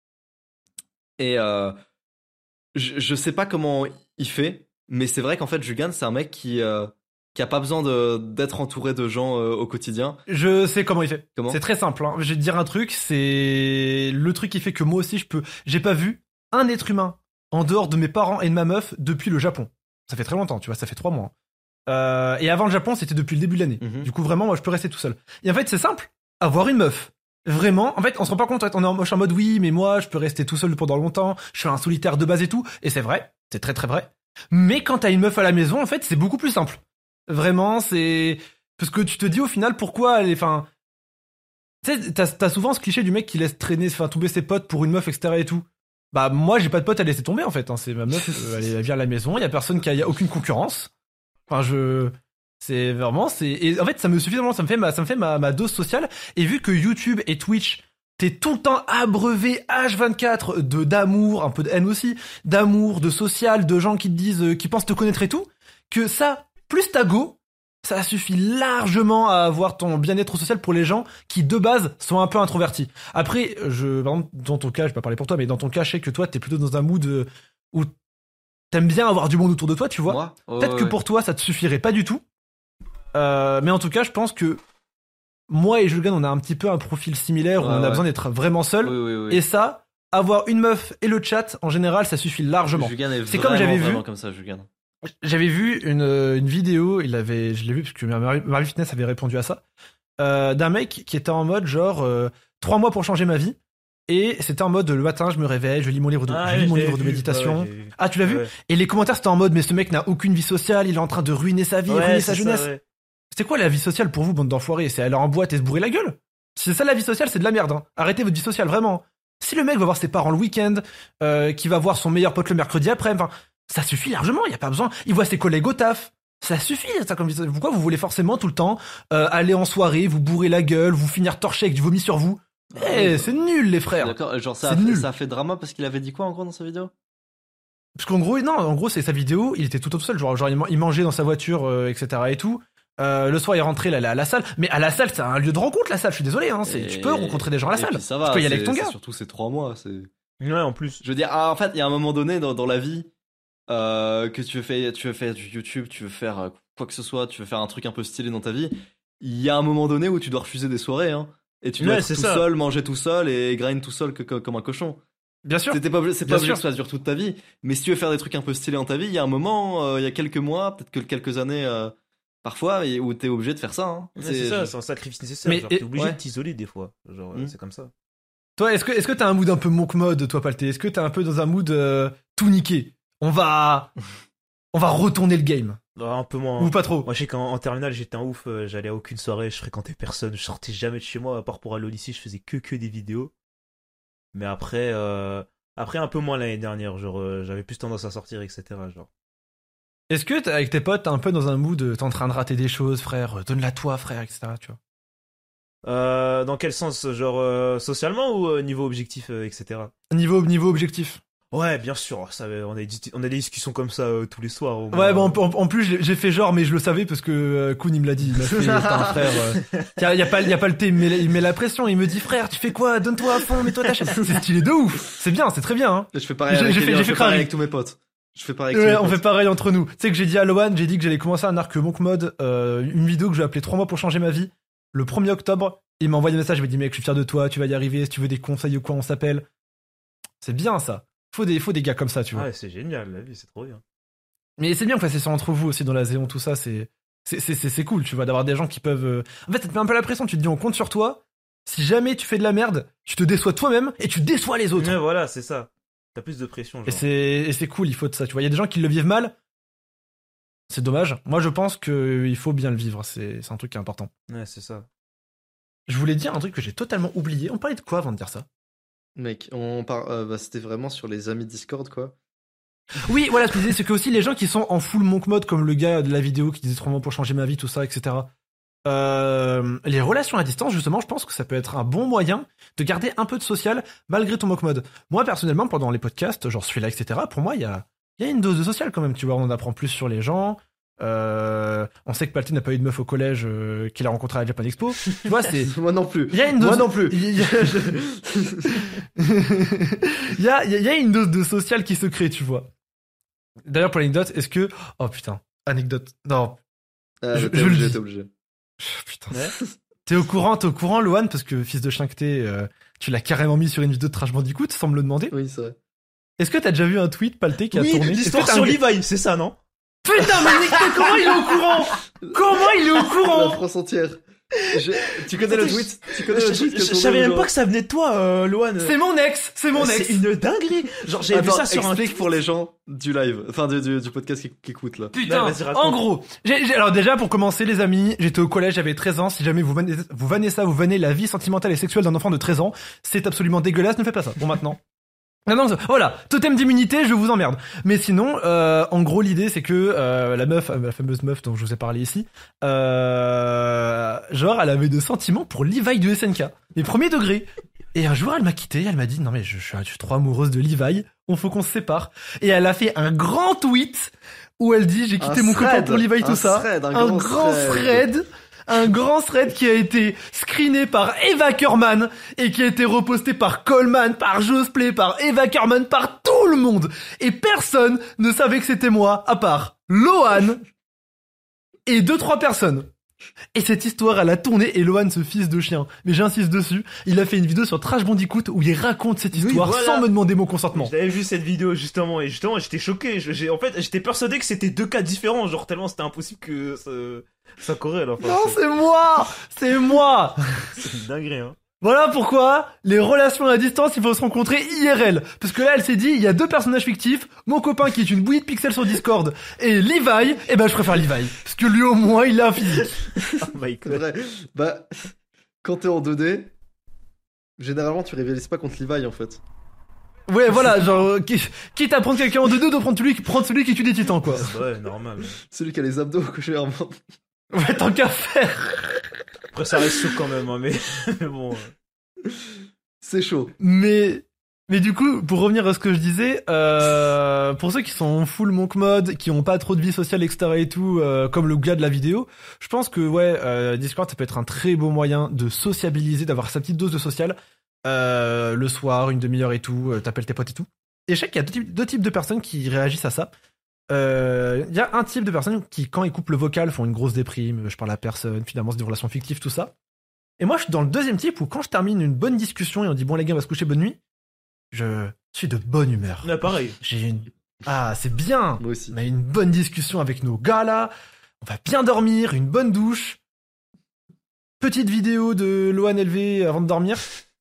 Et euh, je, je sais pas comment il fait, mais c'est vrai qu'en fait, Julian, c'est un mec qui, euh, qui a pas besoin de, d'être entouré de gens euh, au quotidien. Je sais comment il fait. Comment C'est très simple. Hein. Je vais te dire un truc, c'est le truc qui fait que moi aussi je peux. J'ai pas vu un être humain en dehors de mes parents et de ma meuf depuis le Japon. Ça fait très longtemps, tu vois, ça fait trois mois. Euh, et avant le Japon, c'était depuis le début de l'année. Mhm. Du coup, vraiment, moi, je peux rester tout seul. Et en fait, c'est simple. Avoir une meuf. Vraiment, en fait, on se rend pas compte. En fait, on est en, moi, je suis en mode oui, mais moi, je peux rester tout seul pendant longtemps. Je suis un solitaire de base et tout. Et c'est vrai, c'est très très vrai. Mais quand t'as une meuf à la maison, en fait, c'est beaucoup plus simple. Vraiment, c'est parce que tu te dis au final pourquoi elle est. Enfin, tu sais, t'as, t'as souvent ce cliché du mec qui laisse traîner, enfin tomber ses potes pour une meuf, et cetera et tout. Bah moi, j'ai pas de potes à laisser tomber en fait. Hein. C'est ma meuf, euh, elle, est- elle vient à la maison. Il y a personne qui a, y a aucune concurrence. Enfin, je. C'est vraiment, c'est. Et en fait, ça me suffit vraiment, ça me fait ma, ça me fait ma, ma dose sociale. Et vu que YouTube et Twitch, t'es tout le temps abreuvé H vingt-quatre de d'amour, un peu de haine aussi, d'amour, de social, de gens qui te disent, euh, qui pensent te connaître et tout, que ça, plus ta go, ça suffit largement à avoir ton bien-être social pour les gens qui de base sont un peu introvertis. Après, je, par exemple, dans ton cas, je vais pas parler pour toi, mais dans ton cas, je sais que toi, t'es plutôt dans un mood euh, où t'aimes bien avoir du monde autour de toi, tu vois. Moi Ouais, Peut-être ouais, que ouais. pour toi, ça te suffirait pas du tout. Euh, mais en tout cas, je pense que moi et Julien, on a un petit peu un profil similaire où Ouais, on a ouais. besoin d'être vraiment seul. Oui, oui, oui. Et ça, avoir une meuf et le chat, en général, ça suffit largement. Julian est C'est comme vraiment, j'avais vu. vraiment comme ça, Julian. J'avais vu une, une vidéo, il avait, je l'ai vu parce que Marie, Marie Fitness avait répondu à ça, euh, d'un mec qui était en mode genre euh, trois mois pour changer ma vie. Et c'était en mode le matin, je me réveille, je lis mon livre de, Ah, je lis ouais, mon j'ai livre de vu. méditation. Ouais, ouais, j'ai vu. Ah, tu l'as vu? Ouais. Et les commentaires c'était en mode mais ce mec n'a aucune vie sociale, il est en train de ruiner sa vie, Ouais, ruiner c'est sa ça, jeunesse. ouais. C'est quoi la vie sociale pour vous, bande d'enfoirés? C'est aller en boîte et se bourrer la gueule? Si c'est ça la vie sociale, c'est de la merde. Hein. Arrêtez votre vie sociale, vraiment. Si le mec va voir ses parents le week-end, euh, qui va voir son meilleur pote le mercredi après, enfin, ça suffit largement, il y a pas besoin. Il voit ses collègues au taf. Ça suffit, ça comme vie sociale. Pourquoi vous voulez forcément tout le temps euh, aller en soirée, vous bourrer la gueule, vous finir torché avec du vomi sur vous? Eh, c'est nul les frères. D'accord, genre ça C'est a, fait, nul. ça a fait drama parce qu'il avait dit quoi en gros dans sa vidéo? Parce qu'en gros, non, en gros, c'est sa vidéo, il était tout tout seul, genre, genre il man- il mangeait dans sa voiture, euh, et cetera et tout. Euh, le soir, il rentrait, il allait à la salle. Mais à la salle, c'est un lieu de rencontre, la salle. Je suis désolé, hein. C'est, Et- tu peux rencontrer des gens à la et salle. puis ça va, tu peux y aller c'est- avec ton c'est gars. surtout ces trois mois, c'est... Ouais, en plus. Je veux dire, ah, en fait, il y a un moment donné dans, dans la vie euh, que tu veux faire, tu veux faire du YouTube, tu veux faire euh, quoi que ce soit, tu veux faire un truc un peu stylé dans ta vie. Il y a un moment donné où tu dois refuser des soirées, hein, et tu dois Ouais, être c'est tout ça. seul, manger tout seul et grind tout seul que, que- comme un cochon. Bien sûr. C'était pas, obli- c'est Bien pas obligé sûr. que ça dure toute ta vie, mais si tu veux faire des trucs un peu stylés dans ta vie, il y a un moment, euh, il y a quelques mois, peut-être que quelques années, euh, parfois, et où t'es obligé de faire ça. Hein. Ouais, c'est ça, c'est un sacrifice nécessaire. Mais- genre, et- t'es obligé ouais. de t'isoler des fois. Genre, euh, Mm. c'est comme ça. Toi, est-ce que, est-ce que t'as un mood un peu monk mode, toi, Palté? Est-ce que t'es un peu dans un mood euh, tout niqué? On va, on va retourner le game. Alors, un peu moins. Ou pas trop? Moi, je sais qu'en en terminale, j'étais un ouf. euh, J'allais à aucune soirée, je fréquentais personne, je sortais jamais de chez moi, à part pour aller au lycée, je faisais que que des vidéos. Mais après, euh, après un peu moins l'année dernière, genre, euh, j'avais plus tendance à sortir, et cetera. Genre. Est-ce que t'es- avec tes potes, t'es un peu dans un mood, euh, t'es en train de rater des choses, frère, euh, donne-la toi, frère, et cetera. Tu vois? Euh, dans quel sens, genre euh, socialement ou euh, niveau objectif, euh, et cetera. Niveau, niveau objectif. Ouais, bien sûr. Ça, on a, des- on a des discussions comme ça euh, tous les soirs. au moins. Ouais, bon, en, en- en plus, j'ai j'ai fait genre, mais je le savais parce que euh, Koun, il me l'a dit. Il m'a fait, c'est un frère. euh, y, a, y a pas, y a pas le thé, il me, met, il me met la pression. Il me dit, frère, tu fais quoi? Donne-toi à fond, mets-toi ta chaîne. C'est stylé de ouf. C'est bien, c'est très bien, hein. Je fais pareil J'ai- avec, j'ai fait- Elliot, j'ai je fait fais pareil Crary. avec tous mes potes. Je fais pareil avec Ouais, tous mes on potes. fait pareil entre nous. Tu sais que j'ai dit à Loan, j'ai dit que j'allais commencer un arc Monk Mode, euh, une vidéo que je vais appeler trois mois pour changer ma vie. Le premier octobre, il m'a envoyé un message, il m'a dit, mec, je suis fier de toi, tu vas y arriver, si tu veux des conseils ou quoi, on s'appelle. C'est bien, ça. Faut des, faut des gars comme ça, tu vois. Ouais, c'est génial, la vie, c'est trop bien. Mais c'est bien que fassiez ça entre vous aussi dans la Zéon, tout ça, c'est, c'est, c'est, c'est, c'est cool, tu vois, d'avoir des gens qui peuvent, euh, en fait, ça te met un peu la pression, tu te dis, on compte sur toi. Si jamais tu fais de la merde, tu te déçois toi-même et tu déçois les autres. Ouais, voilà, c'est ça. T'as plus de pression, genre. Et c'est, et c'est cool, il faut de ça, tu vois. Il y a des gens qui le vivent mal. C'est dommage. Moi, je pense qu'il faut bien le vivre. C'est, c'est un truc qui est important. Ouais, c'est ça. Je voulais dire un truc que j'ai totalement oublié. On parlait de quoi avant de dire ça? Mec, on par... euh, bah, c'était vraiment sur les amis Discord, quoi. Oui, voilà, ce que je disais, c'est que aussi les gens qui sont en full monk mode, comme le gars de la vidéo qui disait trois mois pour changer ma vie, tout ça, et cetera. Euh, les relations à distance, justement, je pense que ça peut être un bon moyen de garder un peu de social malgré ton monk mode. Moi, personnellement, pendant les podcasts, genre celui-là, et cetera, pour moi, il y a, il y a une dose de social quand même, tu vois. On en apprend plus sur les gens. Euh, on sait que Palty n'a pas eu de meuf au collège euh, qu'il a rencontré à la Japan Expo. Tu vois, c'est. Moi non plus. Il y a une dose. Moi non plus. Il y a, il y a, il y a une dose de social qui se crée, tu vois. D'ailleurs, pour l'anecdote, est-ce que. Oh putain, anecdote. Non, Euh, Je- t'es je le obligé, dis. t'es obligé. putain. Ouais. T'es au courant, t'es au courant, Loan, parce que fils de chien que t'es, euh, tu l'as carrément mis sur une vidéo de Trash Bandicoot sans me le demander. Oui, c'est vrai. Est-ce que t'as déjà vu un tweet Palté qui a Oui, tourné l'histoire Est-ce que sur t'as un- Levi, c'est ça, non? Putain, mais Nick, comment il est au courant? Comment il est au La courant? France entière. Je- Tu connais le Attends, tweet Tu connais Je, le je- tweet que je- je tournait savais même genre- pas que ça venait de toi, euh, Loan. C'est mon ex, c'est mon ex. C'est une dinguerie. Genre, j'avais vu Attends, ça sur un explique pour les gens du live, enfin du, du, du podcast qui, qui écoutent là. Putain, Ouais, vas-y, raconte. en gros, j'ai, j'ai- alors déjà pour commencer les amis, j'étais au collège, j'avais treize ans, si jamais vous venez, vous venez ça, vous venez la vie sentimentale et sexuelle d'un enfant de treize ans, c'est absolument dégueulasse, ne faites pas ça. Bon maintenant. Non, non, voilà, totem d'immunité, je vous emmerde. Mais sinon, euh, en gros, l'idée, c'est que euh, la meuf, euh, la fameuse meuf dont je vous ai parlé ici, euh, genre, elle avait de sentiments pour Levi du S N K, mais premier degré. Et un jour, elle m'a quitté, elle m'a dit, non mais je, je, suis, je suis trop amoureuse de Levi, on faut qu'on se sépare. Et elle a fait un grand tweet où elle dit, j'ai quitté Un mon copain thread, pour Levi, un tout ça. thread, un un grand grand thread. thread. Un grand thread qui a été screené par Eva Kerman et qui a été reposté par Coleman, par Josplay, par Eva Kerman, par tout le monde. Et personne ne savait que c'était moi, à part Lohan et deux, trois personnes. Et cette histoire, elle a tourné et Lohan, ce fils de chien, mais j'insiste dessus, il a fait une vidéo sur Trash Bandicoot où il raconte cette Oui, histoire voilà. sans me demander mon consentement. J'avais vu cette vidéo justement et justement j'étais choqué. Je- j'ai- en fait, j'étais persuadé que c'était deux cas différents, genre tellement c'était impossible que ça, ça corrèle. Enfin, Non, c'est c'est moi! C'est moi! c'est une dinguerie, hein. Voilà pourquoi les relations à distance, il faut se rencontrer I R L. Parce que là, elle s'est dit, il y a deux personnages fictifs, mon copain qui est une bouillie de pixels sur Discord, et Levi, et ben je préfère Levi. Parce que lui au moins, il a un physique. Oh my C'est god. vrai. Bah, quand t'es en deux D, généralement tu rivalises pas contre Levi en fait. Ouais, voilà, genre, qui- quitte à prendre quelqu'un en deux deux, de prendre celui, qui- prendre celui qui tue des titans, quoi. Ouais, normal. Celui qui a les abdos que j'ai vraiment. Ouais, tant qu'à faire. Après, ça reste chaud quand même, hein, mais... mais bon. euh. C'est chaud. Mais, mais du coup, pour revenir à ce que je disais, euh, pour ceux qui sont full monk mode, qui ont pas trop de vie sociale, et cetera et tout, euh, comme le gars de la vidéo, je pense que, ouais, euh, Discord, ça peut être un très beau moyen de sociabiliser, d'avoir sa petite dose de social, euh, le soir, une demi-heure et tout, euh, t'appelles tes potes et tout. Et je sais qu'il y a deux types, deux types de personnes qui réagissent à ça. Euh, Il y a un type de personnes qui, quand ils coupent le vocal, font une grosse déprime, je parle à personne, finalement c'est des relations fictives, tout ça. Et moi, je suis dans le deuxième type où quand je termine une bonne discussion et on dit bon les gars, on va se coucher, bonne nuit, je suis de bonne humeur. Ouais, pareil. J'ai une... Ah, c'est bien. Moi aussi. On a une bonne discussion avec nos gars là, on va bien dormir, une bonne douche, petite vidéo de Loan L V avant de dormir,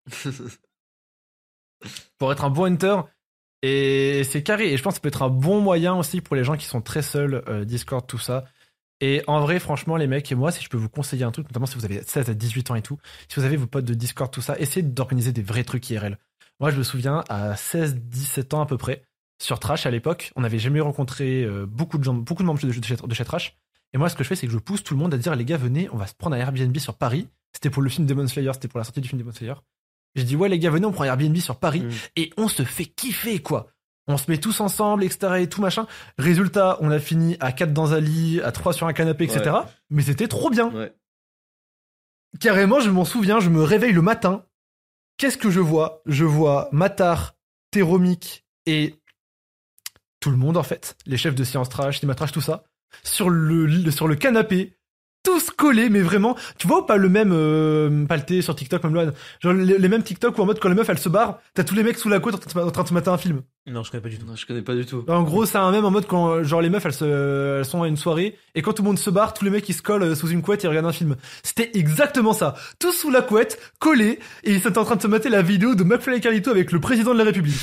pour être un bon hunter. Et c'est carré. Et je pense que ça peut être un bon moyen aussi pour les gens qui sont très seuls, euh, Discord, tout ça. Et en vrai, franchement, les mecs et moi, si je peux vous conseiller un truc, notamment si vous avez seize à dix-huit ans et tout, si vous avez vos potes de Discord, tout ça, essayez d'organiser des vrais trucs I R L. Moi, je me souviens, à seize dix-sept ans à peu près, sur Trash à l'époque, on n'avait jamais rencontré euh, beaucoup de gens, beaucoup de membres de, de, chez, de chez Trash. Et moi, ce que je fais, c'est que je pousse tout le monde à dire, les gars, venez, on va se prendre un Airbnb sur Paris. C'était pour le film Demon Slayer, c'était pour la sortie du film Demon Slayer. J'ai dit, ouais, les gars, venez, on prend un Airbnb sur Paris. Mm. Et on se fait kiffer, quoi. On se met tous ensemble, et cetera et tout machin. Résultat, on a fini à quatre dans un lit, à trois sur un canapé, et cetera. Ouais. Mais c'était trop bien. Ouais. Carrément, je m'en souviens, je me réveille le matin. Qu'est-ce que je vois? Je vois Matar, Téromik et tout le monde en fait. Les chefs de Science Trash, Cinéma Trash, tout ça. Sur le, le- sur le canapé. Tous collés, mais vraiment, tu vois ou pas le même euh, palté sur TikTok, même là, genre les, les mêmes TikTok où en mode quand la meuf elle se barre, t'as tous les mecs sous la côte en train de, se- en train de se mater un film. Non, je connais pas du tout. Non, je connais pas du tout. En gros, c'est un même en mode quand genre les meufs elles, se, elles sont à une soirée et quand tout le monde se barre, tous les mecs ils se collent euh, sous une couette et regardent un film. C'était exactement ça. Tous sous la couette, collés, et ils étaient en train de se mater la vidéo de McFly et Carlito avec le président de la République.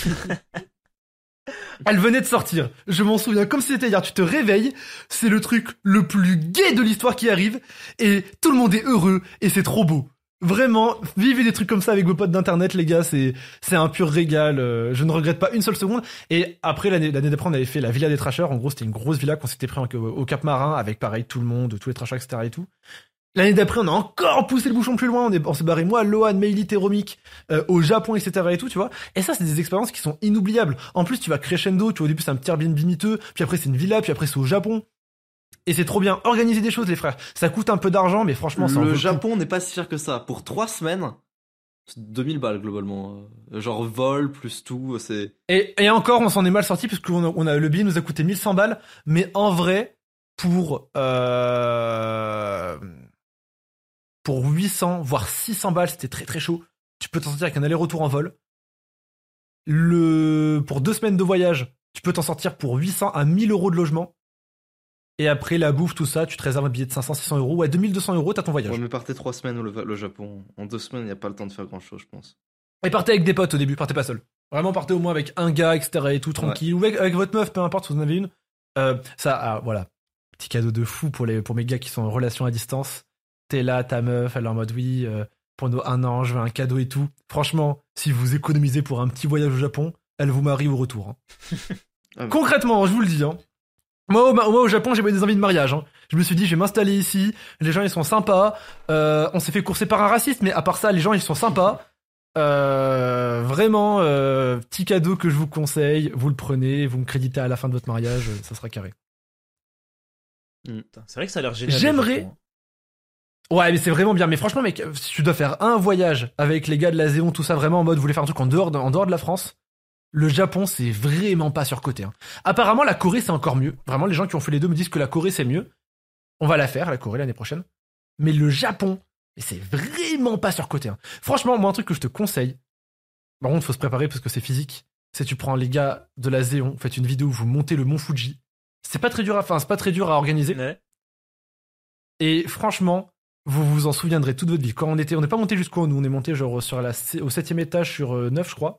Elle venait de sortir. Je m'en souviens comme si c'était hier. Tu te réveilles, c'est le truc le plus gai de l'histoire qui arrive et tout le monde est heureux et c'est trop beau. Vraiment, vivez des trucs comme ça avec vos potes d'internet, les gars, c'est c'est un pur régal. euh, Je ne regrette pas une seule seconde. Et après l'année l'année d'après, on avait fait la villa des trashers. En gros, c'était une grosse villa qu'on s'était pris en- au Cap Marin avec pareil tout le monde, tous les trashers, et cetera et tout. L'année d'après, on a encore poussé le bouchon plus loin. On est on s'est barré moi, Loan, Meili, Téromik, euh, au Japon, et cetera et tout, tu vois. Et ça, c'est des expériences qui sont inoubliables. En plus, tu vas crescendo. Tu vois, au début, c'est un petit Airbnb miteux, puis après c'est une villa, puis après c'est au Japon. Et c'est trop bien. Organiser des choses, les frères. Ça coûte un peu d'argent, mais franchement, ça en vaut Le le coup. Japon n'est pas si cher que ça. Pour trois semaines, c'est deux mille balles globalement. Euh, Genre vol plus tout, c'est. Et, et encore, on s'en est mal sorti parce que on a, on a, le billet nous a coûté mille cent balles. Mais en vrai, pour euh, pour huit cents voire six cents balles, c'était très très chaud. Tu peux t'en sortir avec un aller-retour en vol. Le pour deux semaines de voyage, tu peux t'en sortir pour huit cents à mille euros de logement. Et après la bouffe, tout ça, tu te réserves un billet de cinq cents six cents euros. Ouais, deux mille deux cents euros, t'as ton voyage. Ouais, mais partez trois semaines le, le Japon. En deux semaines, il n'y a pas le temps de faire grand chose, je pense. Et partez avec des potes au début, partez pas seul. Vraiment, partez au moins avec un gars, et cetera et tout, tranquille. Ou avec, avec votre meuf, peu importe si vous en avez une. Euh, ça, ah, voilà. Petit cadeau de fou pour, les, pour mes gars qui sont en relation à distance. T'es là, ta meuf, elle est en mode oui, euh, pendant un an, je veux un cadeau et tout. Franchement, si vous économisez pour un petit voyage au Japon, elle vous marie au retour. Hein. Ah, Concrètement, je vous le dis. Hein. Moi, au, moi, au Japon, j'ai eu des envies de mariage. Hein. Je me suis dit, je vais m'installer ici. Les gens, ils sont sympas. Euh, on s'est fait courser par un raciste, mais à part ça, les gens, ils sont sympas. Euh, vraiment, euh, petit cadeau que je vous conseille. Vous le prenez, vous me créditez à la fin de votre mariage, euh, ça sera carré. Putain, c'est vrai que ça a l'air génial. J'aimerais- le Japon, Ouais, mais c'est vraiment bien. Mais franchement, mec, si tu dois faire un voyage avec les gars de la Zéon, tout ça, vraiment en mode, vous voulez faire un truc en dehors de, en dehors de la France, le Japon, c'est vraiment pas surcoté. Hein. Apparemment, la Corée, c'est encore mieux. Vraiment, les gens qui ont fait les deux me disent que la Corée, c'est mieux. On va la faire, la Corée, l'année prochaine. Mais le Japon, mais c'est vraiment pas surcoté. Hein. Franchement, moi, un truc que je te conseille, par contre, faut se préparer parce que c'est physique, c'est tu prends les gars de la Zéon, vous faites une vidéo où vous montez le mont Fuji. C'est pas très dur à, enfin, c'est pas très dur à organiser. Ouais. Et franchement, vous vous en souviendrez toute votre vie. Quand on était, on n'est pas monté jusqu'au haut, nous, on est monté genre sur la, au septième étage sur euh, neuf, je crois.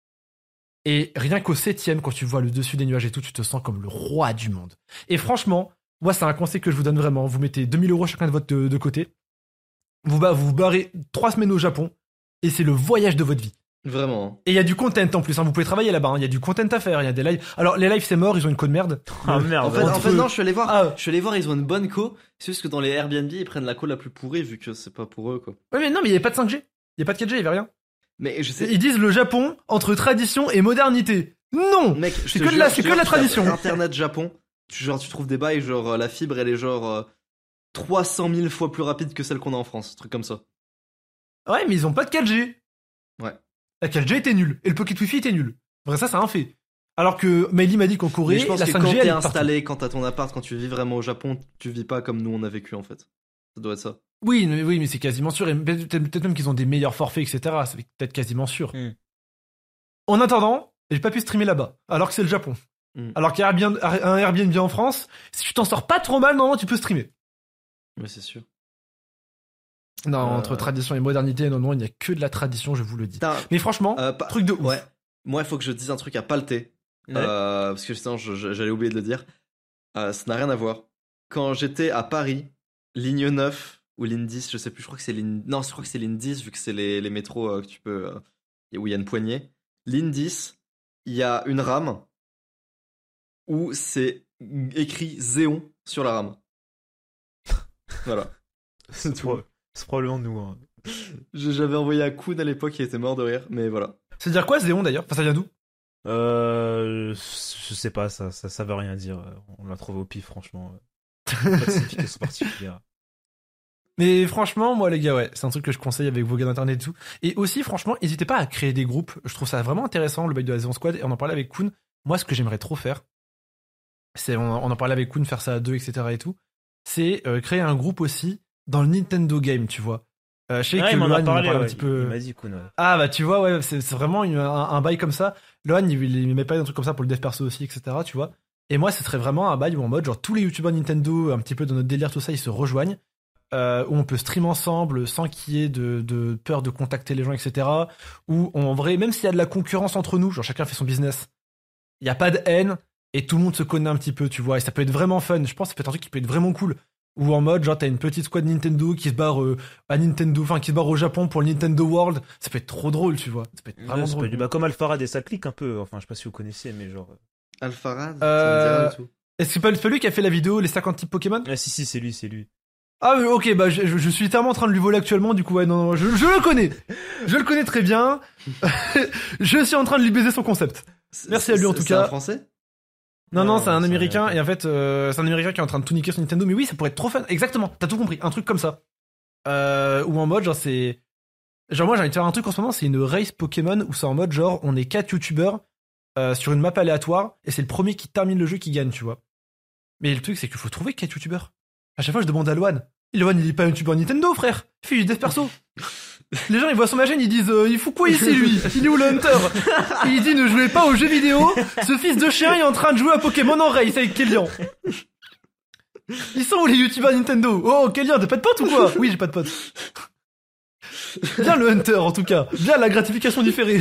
Et rien qu'au septième, quand tu vois le dessus des nuages et tout, tu te sens comme le roi du monde. Et franchement, moi, c'est un conseil que je vous donne vraiment. Vous mettez deux mille euros chacun de votre de, de côté. Vous, bah, vous vous barrez trois semaines au Japon. Et c'est le voyage de votre vie. Vraiment. Et il y a du content en plus, hein. Vous pouvez travailler là-bas, il hein. y a du content à faire, il y a des lives. Alors les lives c'est mort, ils ont une co de merde. Ah merde. En fait, en Entre- fait, non, je suis allé voir. Ah. Je suis allé voir, ils ont une bonne co. C'est juste que dans les Airbnb, ils prennent la co la plus pourrie vu que c'est pas pour eux, quoi. Ouais mais non mais il y avait pas de cinq G, il y a pas de quatre G, il y avait rien. Mais je sais. Ils disent le Japon entre tradition et modernité. Non. Mec, je C'est te que de jure, la- je c'est te que de la jure, tu tapes tradition. Internet Japon, tu, genre, tu trouves des bails, genre euh, la fibre elle est genre euh, trois cent mille fois plus rapide que celle qu'on a en France, un truc comme ça. Ouais mais ils ont pas de quatre G. Ouais. La quatre G était nulle et le Pocket Wi-Fi était nul. Vrai ça c'est un fait. Alors que Maëlie m'a dit qu'en Corée Mais je pense la que cinq quand G t'es elle est partout. installé, quand t'as ton appart, quand tu vis vraiment au Japon, tu vis pas comme nous on a vécu en fait. Ça doit être ça. Oui mais oui mais c'est quasiment sûr et peut-être peut-être même qu'ils ont des meilleurs forfaits et cetera. C'est peut-être quasiment sûr. Hmm. En attendant, j'ai pas pu streamer là-bas alors que c'est le Japon. Hmm. Alors qu'il y a Airbnb- un Airbnb en France, si tu t'en sors pas trop mal, normalement tu peux streamer. Mais c'est sûr. Non, Euh. entre tradition et modernité, non, non, il n'y a que de la tradition, je vous le dis. Putain, Mais franchement, euh, pas- truc de ouf. Ouais. Moi, il faut que je dise un truc à palter. Ouais. Euh, parce que sinon, je- je- j'allais oublier de le dire. Euh, ça n'a rien à voir. Quand j'étais à Paris, ligne neuf ou ligne dix, je sais plus, je crois que c'est ligne. Non, je crois que c'est ligne dix, vu que c'est les, les métros euh, que tu peux. euh, où il y a une poignée. Ligne dix, il y a une rame où c'est écrit Zéon sur la rame. Voilà. C'est pro- c'est probablement nous. Hein. Je- J'avais envoyé à Kuhn à l'époque, il était mort de rire, mais voilà. C'est dire quoi, Zéon d'ailleurs? Enfin, ça vient d'où? Euh, je sais pas, ça, ça, ça veut rien dire. On l'a trouvé au pif, franchement. Pas de signification particulière. Mais franchement, moi, les gars, ouais, c'est un truc que je conseille avec vos gars d'internet et tout. Et aussi, franchement, n'hésitez pas à créer des groupes. Je trouve ça vraiment intéressant, le bail de la Zéon Squad. Et on en parlait avec Kuhn. Moi, ce que j'aimerais trop faire, c'est, on, on en parlait avec Kuhn, faire ça à deux, et cetera et tout. C'est euh, créer un groupe aussi dans le Nintendo Game, tu vois. Euh, je sais Ouais, que il m'en Lohan, a il m'en parlé, parle un ouais. petit peu. Il m'a dit, Kuhn, ouais. Ah bah tu vois, ouais, c'est c'est vraiment une- un, un bail comme ça. Lohan, il, il met pas un truc comme ça pour le dev perso aussi, et cetera. Tu vois. Et moi, ce serait vraiment un bail où en mode, genre tous les youtubeurs Nintendo, un petit peu dans notre délire, tout ça, ils se rejoignent. Euh, où on peut stream ensemble sans qu'il y ait de, de peur de contacter les gens, et cetera. Où en vrai, même s'il y a de la concurrence entre nous, genre chacun fait son business, il y a pas de haine et tout le monde se connaît un petit peu, tu vois. Et ça peut être vraiment fun. Je pense que ça peut être un truc qui peut être vraiment cool. Ou en mode, genre, t'as une petite squad Nintendo qui se barre euh, à Nintendo, enfin, qui se barre au Japon pour le Nintendo World. Ça peut être trop drôle, tu vois. Ça peut être vraiment Ouais, ça peut drôle. être du- bah, comme Alpharad et ça clique un peu. Enfin, je sais pas si vous connaissez, mais genre. Alpharad, Euh, ça me dit rien du tout. Est-ce que c'est pas c'est pas lui qui a fait la vidéo Les cinquante types Pokémon? Ah, si, si, c'est lui, c'est lui. Ah, mais ok, bah, je, je- je suis tellement en train de lui voler actuellement, du coup, ouais, non, non, je, je le connais. Je le connais très bien. Je suis en train de lui baiser son concept. C'est- Merci à lui, en c'est- tout c'est cas. un français? Non, non, Non, c'est un c'est américain, américain. et en fait, euh, c'est un américain qui est en train de tout niquer sur Nintendo, mais oui, ça pourrait être trop fun. Exactement, t'as tout compris, un truc comme ça. Euh, ou en mode, genre, c'est. Genre, moi, j'ai envie de faire un truc en ce moment, c'est une race Pokémon où c'est en mode, genre, on est quatre youtubeurs euh, sur une map aléatoire, et c'est le premier qui termine le jeu qui gagne, tu vois. Mais le truc, c'est qu'il faut trouver quatre youtubeurs. À chaque fois, je demande à Lohan. Lohan, il est pas un youtubeur Nintendo, frère. Il fait du dev perso. Les gens, ils voient son chaîne, ils disent euh, il fout quoi ici, lui? Il est où le Hunter? Et il dit ne jouez pas aux jeux vidéo. Ce fils de chien est en train de jouer à Pokémon en race avec Kélian. Ils sont où les youtubeurs Nintendo? Oh, Kélian, t'as pas de pote ou quoi? Oui, j'ai pas de pote. Bien le Hunter, en tout cas. Bien la gratification différée.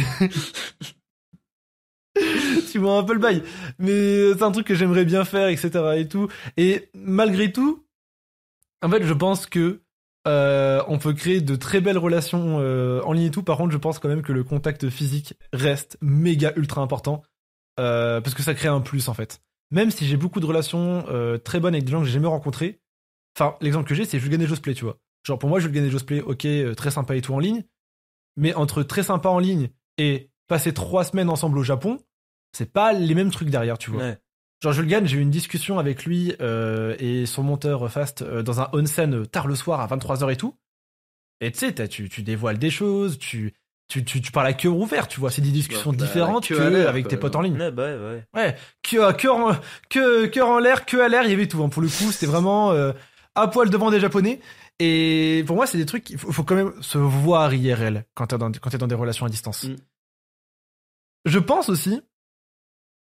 Tu vois un peu le bail. Mais c'est un truc que j'aimerais bien faire, et cetera et tout. Et malgré tout, en fait, je pense que euh, on peut créer de très belles relations euh, en ligne et tout. Par contre, je pense quand même que le contact physique reste méga ultra important. Euh, parce que ça crée un plus, en fait. Même si j'ai beaucoup de relations euh, très bonnes avec des gens que j'ai jamais rencontrés. Enfin, l'exemple que j'ai, c'est Julien et Josplay, tu vois. Genre, pour moi, Julien et Josplay, ok, euh, très sympa et tout en ligne. Mais entre très sympa en ligne et passer trois semaines ensemble au Japon, c'est pas les mêmes trucs derrière, tu vois. Ouais. Genre, Julgan, j'ai eu une discussion avec lui euh, et son monteur Fast euh, dans un onsen euh, tard le soir à vingt-trois heures et tout. Et tu sais, t'as- tu, tu dévoiles des choses, tu, tu, tu, tu parles à cœur ouvert, tu vois. C'est des discussions Bah, différentes queue que à l'air, avec quoi. tes potes en ligne. Ouais, bah ouais, ouais. Ouais, cœur, cœur, en- que, cœur en l'air, queue à l'air, il y avait tout. Hein. Pour le coup, c'était vraiment euh, à poil devant des Japonais. Et pour moi, c'est des trucs, il faut, faut quand même se voir I R L quand t'es dans, quand t'es dans des relations à distance. Mm. Je pense aussi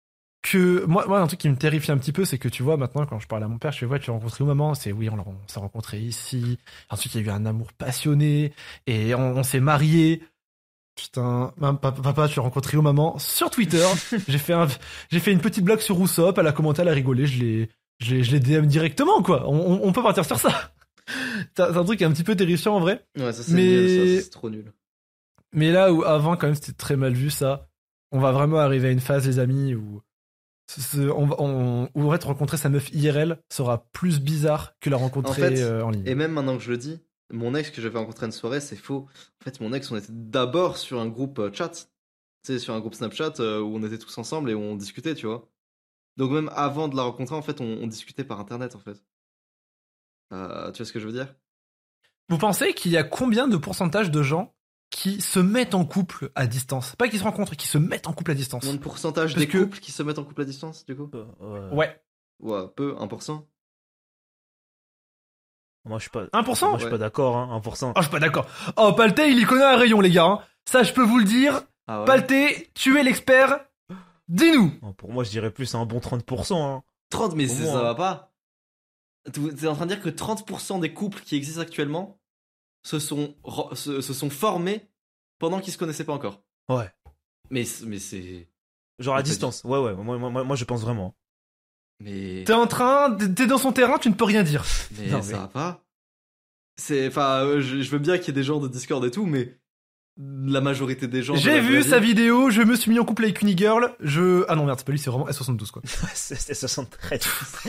que moi, moi, un truc qui me terrifie un petit peu, c'est que tu vois, maintenant, quand je parle à mon père, je fais, ouais, tu as rencontré où maman? C'est oui, on, l'a- on s'est rencontrés ici. Ensuite, il y a eu un amour passionné et on, on s'est mariés. Putain, mam- papa, papa, tu as rencontré où maman? Sur Twitter. j'ai fait un, j'ai fait une petite blague sur Rousseau, elle a commenté, elle a rigolé, je l'ai, je l'ai, je l'ai D M directement, quoi. On, on, on peut partir sur ça. C'est un truc qui est un petit peu terrifiant en vrai. Ouais, ça c'est Mais- nul, ça, c'est trop nul. Mais là où avant, quand même, c'était très mal vu, ça. On va vraiment arriver à une phase, les amis, où, ce- ce- on, va- on, où en fait, rencontrer sa meuf I R L sera plus bizarre que la rencontrer En fait, euh, en ligne. Et même maintenant que je le dis, mon ex que j'avais rencontré une soirée, c'est faux. En fait, mon ex, on était d'abord sur un groupe euh, chat. Tu sais, sur un groupe Snapchat euh, où on était tous ensemble et où on discutait, tu vois. Donc même avant de la rencontrer, en fait, on, on discutait par internet, en fait. Euh, tu vois ce que je veux dire? Vous pensez qu'il y a combien de pourcentage de gens qui se mettent en couple à distance? Pas qui se rencontrent, qui se mettent en couple à distance. Combien de pourcentage Parce des que- couples qui se mettent en couple à distance, du coup? Euh, ouais. Ouais. Ouais, peu, un pour cent. Moi, je suis pas. un pour cent? Moi, je suis Ouais. pas d'accord, hein, un pour cent. Oh, je suis pas d'accord. Oh, Palté, il y connaît un rayon, les gars. hein. Ça, je peux vous le dire. Ah ouais. Palté, tu es l'expert. Dis-nous. Non, pour moi, je dirais plus un bon trente pour cent. Hein. trente, mais Au c'est- moins, ça hein. va pas. T'es en train de dire que trente pour cent des couples qui existent actuellement se sont, ro- se, se sont formés pendant qu'ils se connaissaient pas encore. Ouais. Mais, c- mais c'est. Genre à Mais pas distance. Ouais, ouais. Moi, moi, moi, moi, je pense vraiment. Mais. T'es en train, t'es dans son terrain, tu ne peux rien dire. Mais Non, ça mais- va pas. C'est. Enfin, euh, je, je veux bien qu'il y ait des gens de Discord et tout, mais. La majorité des gens. de J'ai la vu vraie sa vie- vidéo, je me suis mis en couple avec une girl, je... Ah non, merde, c'est pas lui, c'est vraiment S soixante-douze, quoi. C'était soixante-treize.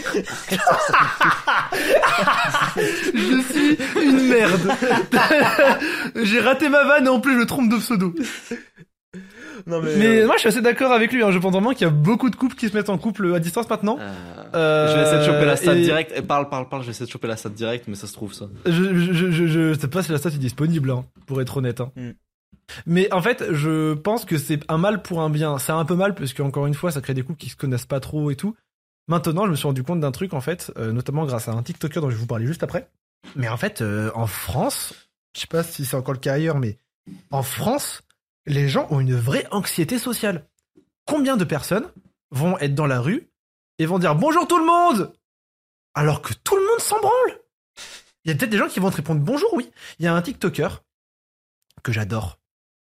Je suis une merde. J'ai raté ma vanne et en plus je trompe de pseudo. Non, mais. Mais euh, moi je suis assez d'accord avec lui, hein. Je pense vraiment qu'il y a beaucoup de couples qui se mettent en couple à distance maintenant. Euh, Euh, Je vais essayer de choper la stat et- direct. Eh, Parle, parle, parle, je vais essayer de choper la stat direct, mais ça se trouve ça. Je, je, je, je, je sais pas si la stat est disponible, hein, pour être honnête. Hein. Mm. Mais en fait, je pense que c'est un mal pour un bien. C'est un peu mal parce qu'encore une fois, ça crée des couples qui se connaissent pas trop et tout. Maintenant, je me suis rendu compte d'un truc en fait, euh, notamment grâce à un TikToker dont je vais vous parler juste après. Mais en fait, euh, en France, je sais pas si c'est encore le cas ailleurs, mais en France, les gens ont une vraie anxiété sociale. Combien de personnes vont être dans la rue et vont dire bonjour tout le monde alors que tout le monde s'en branle? Il y a peut-être des gens qui vont te répondre bonjour, oui. Il y a un TikToker que j'adore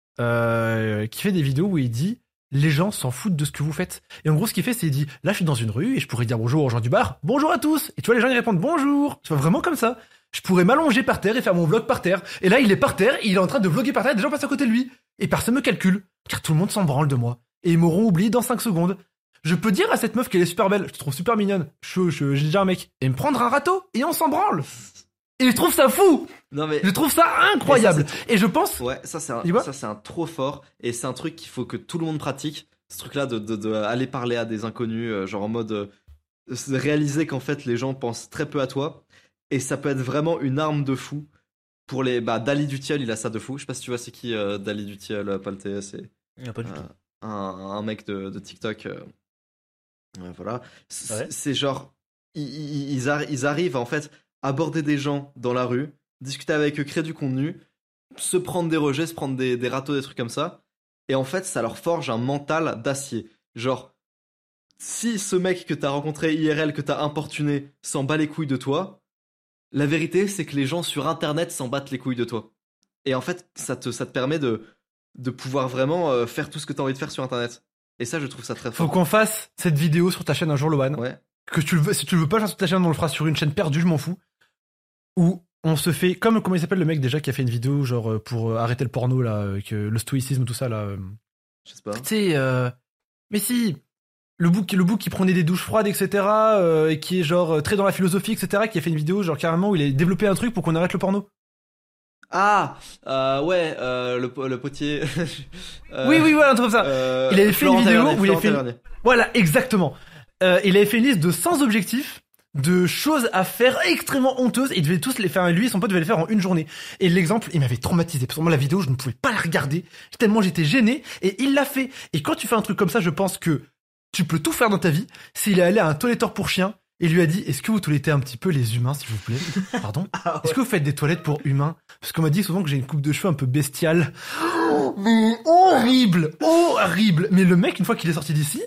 euh, qui fait des vidéos où il dit les gens s'en foutent de ce que vous faites. Et en gros, ce qu'il fait, c'est il dit là, je suis dans une rue et je pourrais dire bonjour aux gens du bar, bonjour à tous. Et tu vois, les gens ils répondent bonjour. Tu vois, vraiment comme ça. Je pourrais m'allonger par terre et faire mon vlog par terre. Et là, il est par terre, il est en train de vlogger par terre, et des gens passent à côté de lui. Et personne me calcule, car tout le monde s'en branle de moi. Et ils m'auront oublié dans cinq secondes. Je peux dire à cette meuf qu'elle est super belle, je te trouve super mignonne. Je, je, j'ai déjà un mec. Et me prendre un râteau, et on s'en branle. Et je trouve ça fou. Non mais. Je trouve ça incroyable. Mais ça, Et je pense... Ouais, ça c'est un, Dis-moi. ça c'est un trop fort et c'est un truc qu'il faut que tout le monde pratique. Ce truc-là de, de, de aller parler à des inconnus, euh, genre en mode euh, se réaliser qu'en fait les gens pensent très peu à toi et ça peut être vraiment une arme de fou pour les. Bah Dali Dutiel, il a ça de fou. Je sais pas si tu vois c'est qui euh, Dali Dutiel, euh, Palté, c'est Il y a pas du euh, tout. un, un mec de, de TikTok. euh, euh, voilà, c'est Ouais. c'est genre ils, ils, ils arri- ils arrivent en fait à aborder des gens dans la rue, discuter avec eux, créer du contenu, se prendre des rejets, se prendre des, des râteaux, des trucs comme ça. Et en fait, ça leur forge un mental d'acier. Genre, si ce mec que t'as rencontré I R L, que t'as importuné, s'en bat les couilles de toi, la vérité, c'est que les gens sur Internet s'en battent les couilles de toi. Et en fait, ça te, ça te permet de, de pouvoir vraiment euh, faire tout ce que t'as envie de faire sur Internet. Et ça, je trouve ça très Faut fort. qu'on fasse cette vidéo sur ta chaîne un jour, Lohan. Ouais. Que tu le veux, si tu le veux pas le faire sur ta chaîne, on le fera sur une chaîne perdue, je m'en fous. Où on se fait, comme, comment il s'appelle le mec déjà qui a fait une vidéo, genre, euh, pour euh, arrêter le porno, là, avec euh, le stoïcisme, tout ça, là. euh. Je sais pas. Tu sais, euh, mais si, le bouc, le bouc qui prenait des douches froides, et cetera, euh, et qui est genre euh, très dans la philosophie, et cetera, qui a fait une vidéo, genre carrément, où il a développé un truc pour qu'on arrête le porno. Ah, euh, ouais, euh, le, po- le potier. Euh, oui, oui, voilà, un truc comme ça. euh, Il avait fait une Florent vidéo Tavernier, où il Florent avait fait une- Tavernier. Voilà, exactement. Euh, il avait fait une liste de cent objectifs, de choses à faire extrêmement honteuses, et il devait tous les faire, lui et son pote devaient les faire en une journée. Et l'exemple, il m'avait traumatisé, parce que moi la vidéo, je ne pouvais pas la regarder, tellement j'étais gêné, et il l'a fait. Et quand tu fais un truc comme ça, je pense que tu peux tout faire dans ta vie. S'il est allé à un toiletteur pour chien, et lui a dit, est-ce que vous toilettez un petit peu les humains, s'il vous plaît? Pardon? Est-ce que vous faites des toilettes pour humains? Parce qu'on m'a dit souvent que j'ai une coupe de cheveux un peu bestiale. Oh, mais horrible! Horrible! Mais le mec, une fois qu'il est sorti d'ici,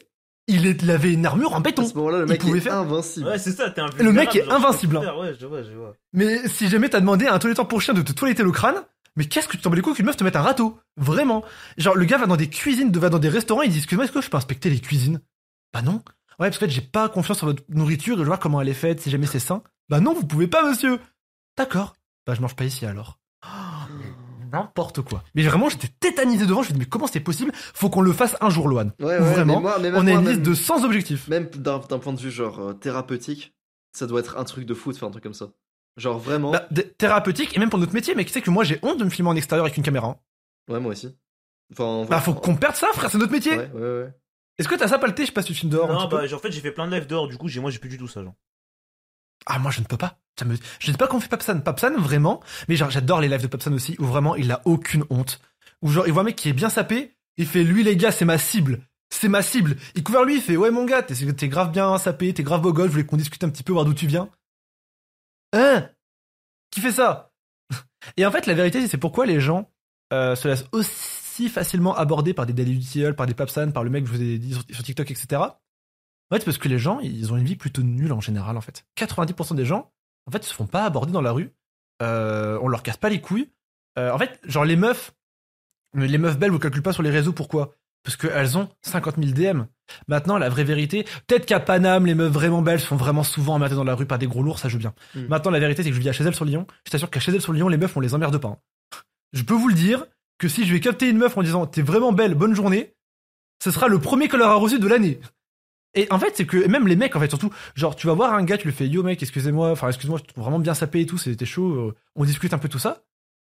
il, est, il avait une armure en béton. À ce moment-là, le Il mec pouvait est faire- invincible. Ouais, c'est ça, t'es un Le mec est invincible, hein. Ouais, je vois, je vois. Mais si jamais t'as demandé à un toiletteur pour chien de te toiletter le crâne, mais qu'est-ce que tu t'en bats les couilles qu'une meuf te mette un râteau? Vraiment. Genre, le gars va dans des cuisines, va dans des restaurants, il dit, excuse-moi, est-ce que je peux inspecter les cuisines? Bah non. Ouais, parce que en fait, j'ai pas confiance en votre nourriture et je veux voir comment elle est faite, si jamais c'est sain. Bah non, vous pouvez pas, monsieur. D'accord. Bah je mange pas ici alors. Oh, n'importe quoi. Mais vraiment, j'étais tétanisé devant, je me dis, mais comment c'est possible? Faut qu'on le fasse un jour, Loan. Ouais, Ou ouais, vraiment, mais moi, mais même on a moi, une même- liste de cent objectifs. Même d'un d'un point de vue genre euh, thérapeutique, ça doit être un truc de fou de faire un truc comme ça. Genre vraiment. Bah, d- thérapeutique et même pour notre métier, mais tu sais que moi j'ai honte de me filmer en extérieur avec une caméra. hein. Ouais, moi aussi. Enfin, en Bah vrai, faut en- qu'on perde ça, frère, c'est notre métier. Ouais, ouais, ouais. Est-ce que t'as ça palté? Je sais pas si tu filmes dehors. un Non, petit peu. bah, en fait, j'ai fait plein de lives dehors, du coup, j'ai, moi, j'ai plus du tout ça, genre. Ah moi je ne peux pas. Ça me... Je ne sais pas qu'on fait Papsan. Papsan vraiment, mais genre j'adore les lives de Papsan aussi où vraiment il a aucune honte. Où genre il voit un mec qui est bien sapé, il fait lui les gars c'est ma cible, c'est ma cible. Il couvre lui, il fait ouais mon gars t'es, t'es grave bien sapé, t'es grave beau gosse, je voulais qu'on discute un petit peu voir d'où tu viens. Hein? Qui fait ça? Et en fait la vérité c'est pourquoi les gens euh, se laissent aussi facilement aborder par des Daily Utiel, par des Papsan, par le mec que je vous ai dit sur, sur TikTok et cetera. En fait, c'est parce que les gens, ils ont une vie plutôt nulle en général, en fait. quatre-vingt-dix pour cent des gens, en fait, ils se font pas aborder dans la rue. Euh, on leur casse pas les couilles. Euh, en fait, genre les meufs, les meufs belles, vous calculez pas sur les réseaux, pourquoi? Parce qu'elles ont cinquante mille D M. Maintenant, la vraie vérité, peut-être qu'à Paname, les meufs vraiment belles se font vraiment souvent emmerder dans la rue par des gros lourds, ça joue bien. Mm. Maintenant, la vérité, c'est que je vis à Chazelle sur Lyon. Je t'assure qu'à Chazelle sur Lyon, les meufs, on les emmerde pas. hein. Je peux vous le dire que si je vais capter une meuf en disant t'es vraiment belle, bonne journée, ce sera le premier qu'elle aura reçu de l'année. Et en fait, c'est que même les mecs, en fait, surtout, genre, tu vas voir un gars, tu lui fais yo mec, excusez-moi, enfin, excuse-moi, je te trouve vraiment bien sapé et tout, c'était chaud, euh, on discute un peu tout ça.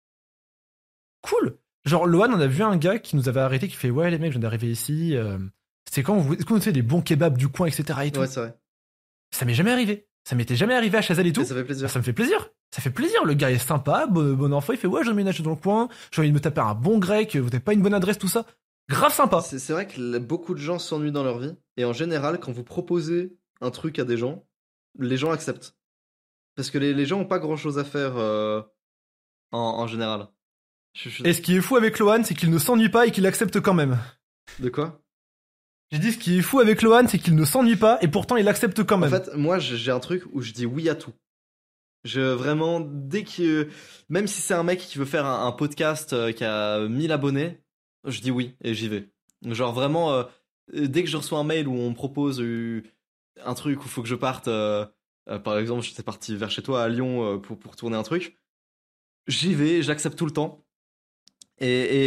Cool. Genre, Loan, on a vu un gars qui nous avait arrêté, qui fait ouais, les mecs, je viens d'arriver ici, euh, c'est quand vous, est-ce qu'on fait des bons kebabs du coin, et cetera et tout. Ouais, c'est vrai. Ça m'est jamais arrivé. Ça m'était jamais arrivé à Chazelle et tout. Et ça fait plaisir. Bah, ça me fait plaisir. Ça fait plaisir. Le gars est sympa, bon, bon enfant, il fait ouais, j'ai emménagé dans le coin, j'ai envie de me taper un bon grec, vous n'avez pas une bonne adresse, tout ça. Grave sympa. C'est c'est vrai que l- beaucoup de gens s'ennuient dans leur vie. Et en général, quand vous proposez un truc à des gens, les gens acceptent. Parce que les, les gens ont pas grand chose à faire euh, en, en général. Je- je- Et ce qui est fou avec Loan, c'est qu'il ne s'ennuie pas et qu'il accepte quand même. De quoi? J'ai dit ce qui est fou avec Loan, c'est qu'il ne s'ennuie pas et pourtant il accepte quand En même. fait, moi, j'ai j'ai un truc où je dis oui à tout. Je vraiment, dès que. Même si c'est un mec qui veut faire un, un podcast euh, qui a mille abonnés, je dis oui et j'y vais. Genre vraiment, euh, dès que je reçois un mail où on me propose euh, un truc où il faut que je parte, euh, euh, par exemple, j'étais parti vers chez toi à Lyon euh, pour, pour tourner un truc, j'y vais, j'accepte tout le temps. Et,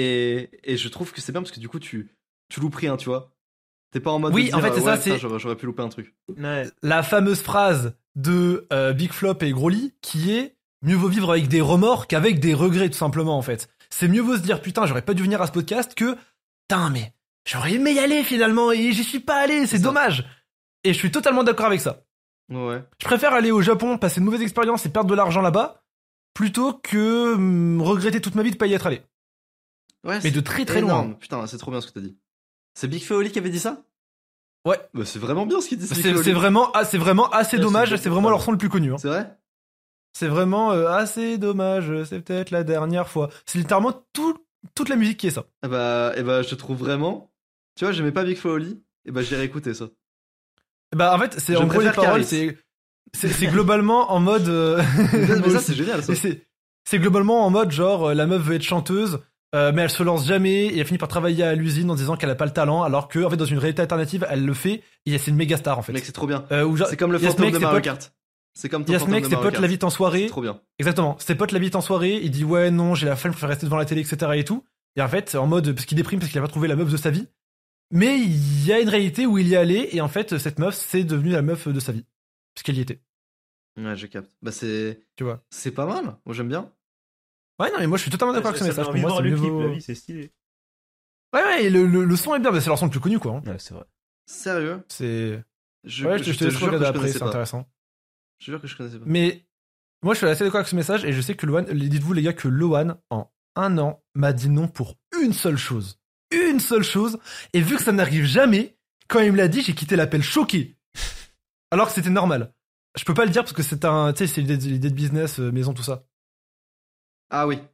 et, et je trouve que c'est bien parce que du coup, tu, tu loupes rien, tu vois. T'es pas en mode. Oui, de dire, en fait, c'est euh, ça, ouais, putain, c'est- J'aurais, j'aurais pu louper un truc. Ouais. La fameuse phrase de euh, Big Flop et Groli qui est mieux vaut vivre avec des remords qu'avec des regrets tout simplement en fait. C'est mieux vaut se dire putain j'aurais pas dû venir à ce podcast que putain mais j'aurais aimé y aller finalement et j'y suis pas allé, c'est C'est ça. dommage. Et je suis totalement d'accord avec ça. Ouais, ouais. Je préfère aller au Japon, passer une mauvaise expérience et perdre de l'argent là-bas plutôt que hum, regretter toute ma vie de pas y être allé. Ouais, Mais c'est de très très énorme. loin. Putain, c'est trop bien ce que t'as dit. C'est Big Feoli qui avait dit ça? Ouais. Bah, c'est vraiment bien ce qu'il dit. ce Big C'est Feoli. c'est vraiment, ah, c'est vraiment assez Ouais, dommage, c'est c'est vraiment leur son le plus connu. hein. C'est vrai? C'est vraiment euh, assez dommage, c'est peut-être la dernière fois. C'est littéralement tout, toute la musique qui est ça. Ah bah, et bah, je te trouve vraiment. Tu vois, j'aimais pas Big Feoli. Et bah, j'ai réécouté ça. Bah en fait, c'est Je en gros les préfère paroles, Caris. c'est c'est c'est globalement en mode euh, mais moi ça, aussi. c'est génial, ça. Mais c'est c'est globalement en mode genre euh, la meuf veut être chanteuse euh, mais elle se lance jamais et elle finit par travailler à l'usine en disant qu'elle a pas le talent alors que en fait dans une réalité alternative, elle le fait et c'est une méga star en fait. Mec, c'est trop bien. Euh, où genre, C'est comme le y a ce fantôme mec, de ses Mario potes- Kart. C'est comme ton Il y a ce fantôme mec, de ses Mario potes Kart. l'invitent en C'est soirée. trop bien. Exactement. Ses potes l'invitent en soirée, il dit ouais non j'ai la flemme pour faire rester devant la télé etc et tout. Et en fait en mode parce qu'il déprime parce qu'il a pas trouvé la meuf de sa vie. Mais il y a une réalité où il y allait et en fait cette meuf c'est devenue la meuf de sa vie parce qu'elle y était. Ouais, je capte. Bah, c'est. Tu vois. C'est pas mal. Moi, j'aime bien. Ouais non mais moi je suis totalement d'accord avec ce Ça message. donne Pour envie de moi voir c'est le mieux clip, vaut- la vie, c'est stylé. Ouais ouais et le, le, le son est bien, mais c'est leur son le plus connu quoi. hein. Ouais, c'est vrai. Sérieux? C'est. Je, Ouais je te, je te te laisse jure que regarder je après, connaissais c'est pas. intéressant. Je te jure que je connaissais pas. Mais moi je suis assez d'accord avec ce message et je sais que Loan, dites-vous les gars que Loan en un an m'a dit non pour une seule chose, une seule chose et vu que ça n'arrive jamais, quand il me l'a dit j'ai quitté l'appel choqué. Alors que c'était normal. Je peux pas le dire parce que c'est un, tu sais, c'est l'idée de l'idée de business, euh, maison, tout ça. Ah oui.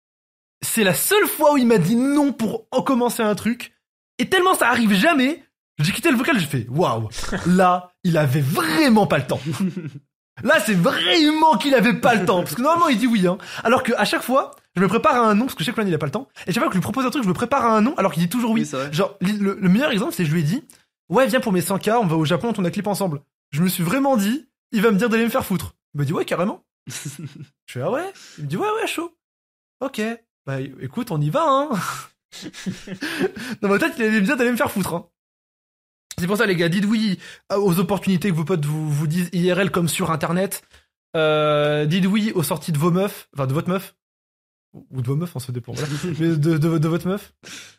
C'est la seule fois où il m'a dit non pour en commencer un truc. Et tellement ça arrive jamais, J'ai quitté le vocal, j'ai fait waouh. Là, il avait vraiment pas le temps. Là, c'est vraiment qu'il avait pas le temps. Parce que normalement, il dit oui, hein. Alors que à chaque fois, je me prépare à un nom, parce que je sais que Loan, il a pas le temps. Et chaque fois que je lui propose un truc, je me prépare à un nom, alors qu'il dit toujours oui. Oui, c'est vrai. Genre, le, le meilleur exemple, c'est que je lui ai dit, ouais, viens pour mes cent K, on va au Japon, on tourne un clip ensemble. Je me suis vraiment dit, il va me dire d'aller me faire foutre. Il me dit, ouais, carrément. Je fais, ah ouais? Il me dit, ouais, ouais, chaud. Ok. Bah, écoute, on y va, hein. Dans ma tête, il allait me dire d'aller me faire foutre, hein. C'est pour ça, les gars, dites oui aux opportunités que vos potes vous, vous disent I R L comme sur Internet. Euh, dites oui aux sorties de vos meufs, enfin de votre meuf. Ou de vos meufs, on se dépend, voilà. Mais de, de, de, de votre meuf.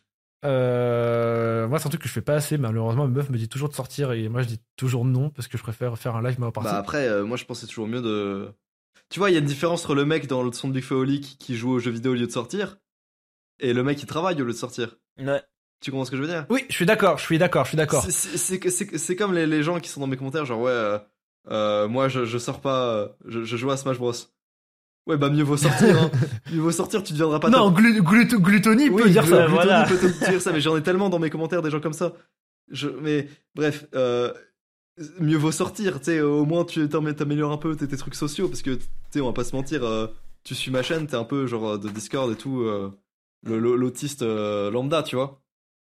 Euh, moi, c'est un truc que je fais pas assez, malheureusement, ma meuf me dit toujours de sortir et moi je dis toujours non parce que je préfère faire un live ma partie. Bah après, euh, moi je pense que c'est toujours mieux de. Tu vois, il y a une différence entre le mec dans le son de Big Flo Oli qui, qui joue aux jeux vidéo au lieu de sortir et le mec qui travaille au lieu de sortir. Ouais. Tu comprends ce que je veux dire? Oui, je suis d'accord, je suis d'accord, je suis d'accord. C'est- C'est c'est- c'est- c'est comme les, les gens qui sont dans mes commentaires, genre ouais, euh, euh, moi je, je sors pas, euh, je, je joue à Smash Bros. Ouais, bah mieux vaut sortir, hein. Mieux vaut sortir, tu deviendras pas Non, top. glu, glut- Gluttony Oui, peut dire ça. Gluttony voilà. peut te dire ça, mais j'en ai tellement dans mes commentaires des gens comme ça. Je, mais bref, euh, mieux vaut sortir, tu sais, au moins tu t'am- t'améliores un peu tes, tes trucs sociaux, parce que tu sais, on va pas se mentir, euh, tu suis ma chaîne, t'es un peu genre de Discord et tout, euh, le- le- l'autiste euh, lambda, tu vois.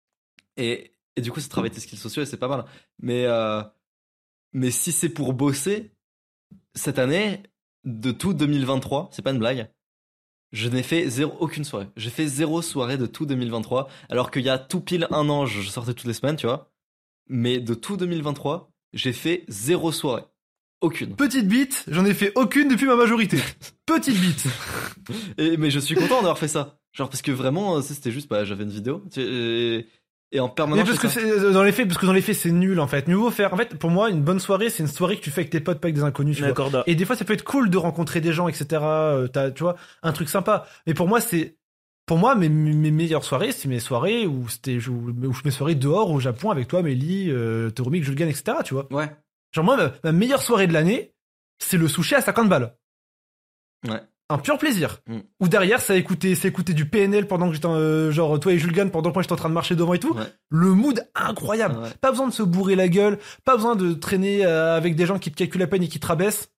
Et, et du coup, ça travaille tes skills sociaux et c'est pas mal. Mais, euh, mais si c'est pour bosser, cette année, de tout deux mille vingt-trois, c'est pas une blague, je n'ai fait zéro, aucune soirée. J'ai fait zéro soirée de tout deux mille vingt-trois, alors qu'il y a tout pile un an, je sortais toutes les semaines, tu vois. Mais de tout deux mille vingt-trois, j'ai fait zéro soirée. Aucune. Petite bite, j'en ai fait aucune depuis ma majorité. Petite bite. Et, mais je suis content d'avoir fait ça. Genre, parce que vraiment, c'était juste, bah, j'avais une vidéo. tu- Et, et en Mais permanence. parce je que fais ça. c'est dans les faits, parce que dans les faits c'est nul en fait. Mieux vaut faire. En fait, pour moi, une bonne soirée, c'est une soirée que tu fais avec tes potes, pas avec des inconnus. Tu vois. D'accord. Et des fois, ça peut être cool de rencontrer des gens, et cetera. Euh, t'as, tu vois, un truc sympa. Mais pour moi, c'est, pour moi, mes, mes meilleures soirées, c'est mes soirées où c'était, où, où mes soirées dehors au Japon avec toi, Mélie, euh, Toromik, Julgan, et cetera. Tu vois. Ouais. Genre moi, ma, ma meilleure soirée de l'année, c'est le sushi à cinquante balles. Ouais. Un pur plaisir. Mm. Ou derrière, ça écoutait, ça écoutait du P N L pendant que j'étais, euh, genre, toi et Julgan, pendant que moi j'étais en train de marcher devant et tout. Ouais. Le mood incroyable. Ouais. Pas besoin de se bourrer la gueule. Pas besoin de traîner euh, avec des gens qui te calculent la peine et qui te rabaissent.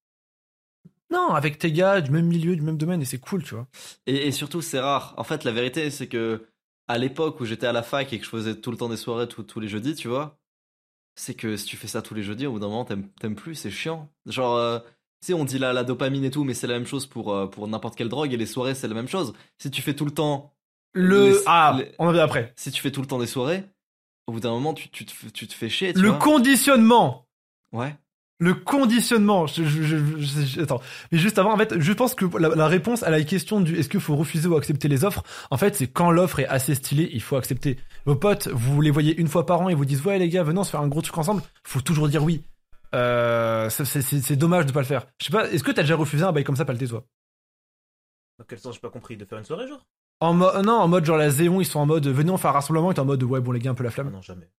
Non, avec tes gars du même milieu, du même domaine et c'est cool, tu vois. Et, et surtout, c'est rare. En fait, la vérité, c'est que à l'époque où j'étais à la fac et que je faisais tout le temps des soirées tous tous les jeudis, tu vois, c'est que si tu fais ça tous les jeudis, au bout d'un moment, t'aimes t'aimes plus, c'est chiant. Genre, euh, tu sais, on dit la, la dopamine et tout, mais c'est la même chose pour, euh, pour n'importe quelle drogue et les soirées, c'est la même chose. Si tu fais tout le temps, Le Les- ah, les- on en vient après. si tu fais tout le temps des soirées, au bout d'un moment, tu, tu, te, f- tu te fais chier, tu Le vois. conditionnement. Ouais. Le conditionnement. Je, je, je, je- je- attends. Mais juste avant, en fait, je pense que la, la réponse à la question du est-ce qu'il faut refuser ou accepter les offres, en fait, c'est quand l'offre est assez stylée, il faut accepter. Vos potes, vous les voyez une fois par an et vous disent ouais les gars, venez on se faire un gros truc ensemble. Faut toujours dire oui. Euh, ça, c'est, c'est, c'est dommage de pas le faire. Je sais pas. Est-ce que t'as déjà refusé un bail comme ça, pas le toi? Dans quel sens j'ai pas compris? De faire une soirée, genre? En mode, non, en mode genre la Zéon, ils sont en mode venez on fait un rassemblement, et t'es en mode ouais bon les gars un peu la Ah flamme. non, jamais.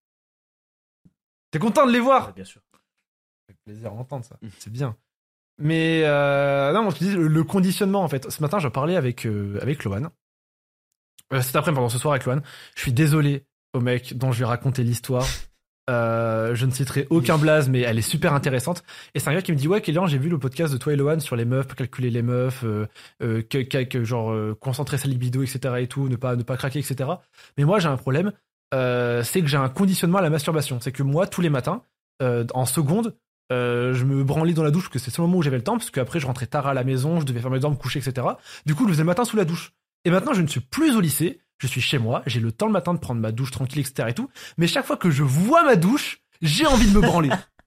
T'es content de les voir? Ouais, bien sûr. Avec plaisir à entendre ça. C'est bien. Mais euh, non, je te dis le, le conditionnement en fait. Ce matin, je parlais avec euh, avec Loan. Euh, cet après-midi, pardon, ce soir avec Loan. Je suis désolé au mec dont je vais raconter l'histoire. Euh, je ne citerai aucun blaze, mais elle est super intéressante. Et c'est un gars qui me dit ouais, Kélian, j'ai vu le podcast de toi et Loan sur les meufs, calculer les meufs, euh, euh, que, que, que, genre euh, concentrer sa libido, et cetera et tout, ne pas ne pas craquer, et cetera. Mais moi, j'ai un problème. Euh, c'est que j'ai un conditionnement à la masturbation. C'est que moi, tous les matins, euh, en seconde, euh, je me branlais dans la douche, parce que c'est le moment où j'avais le temps, parce qu'après, je rentrais tard à la maison, je devais faire mes devoirs, me coucher, et cetera. Du coup, je le faisais le matin sous la douche. Et maintenant, je ne suis plus au lycée, je suis chez moi, j'ai le temps le matin de prendre ma douche tranquille, et cetera et tout. Mais chaque fois que je vois ma douche, j'ai envie de me branler.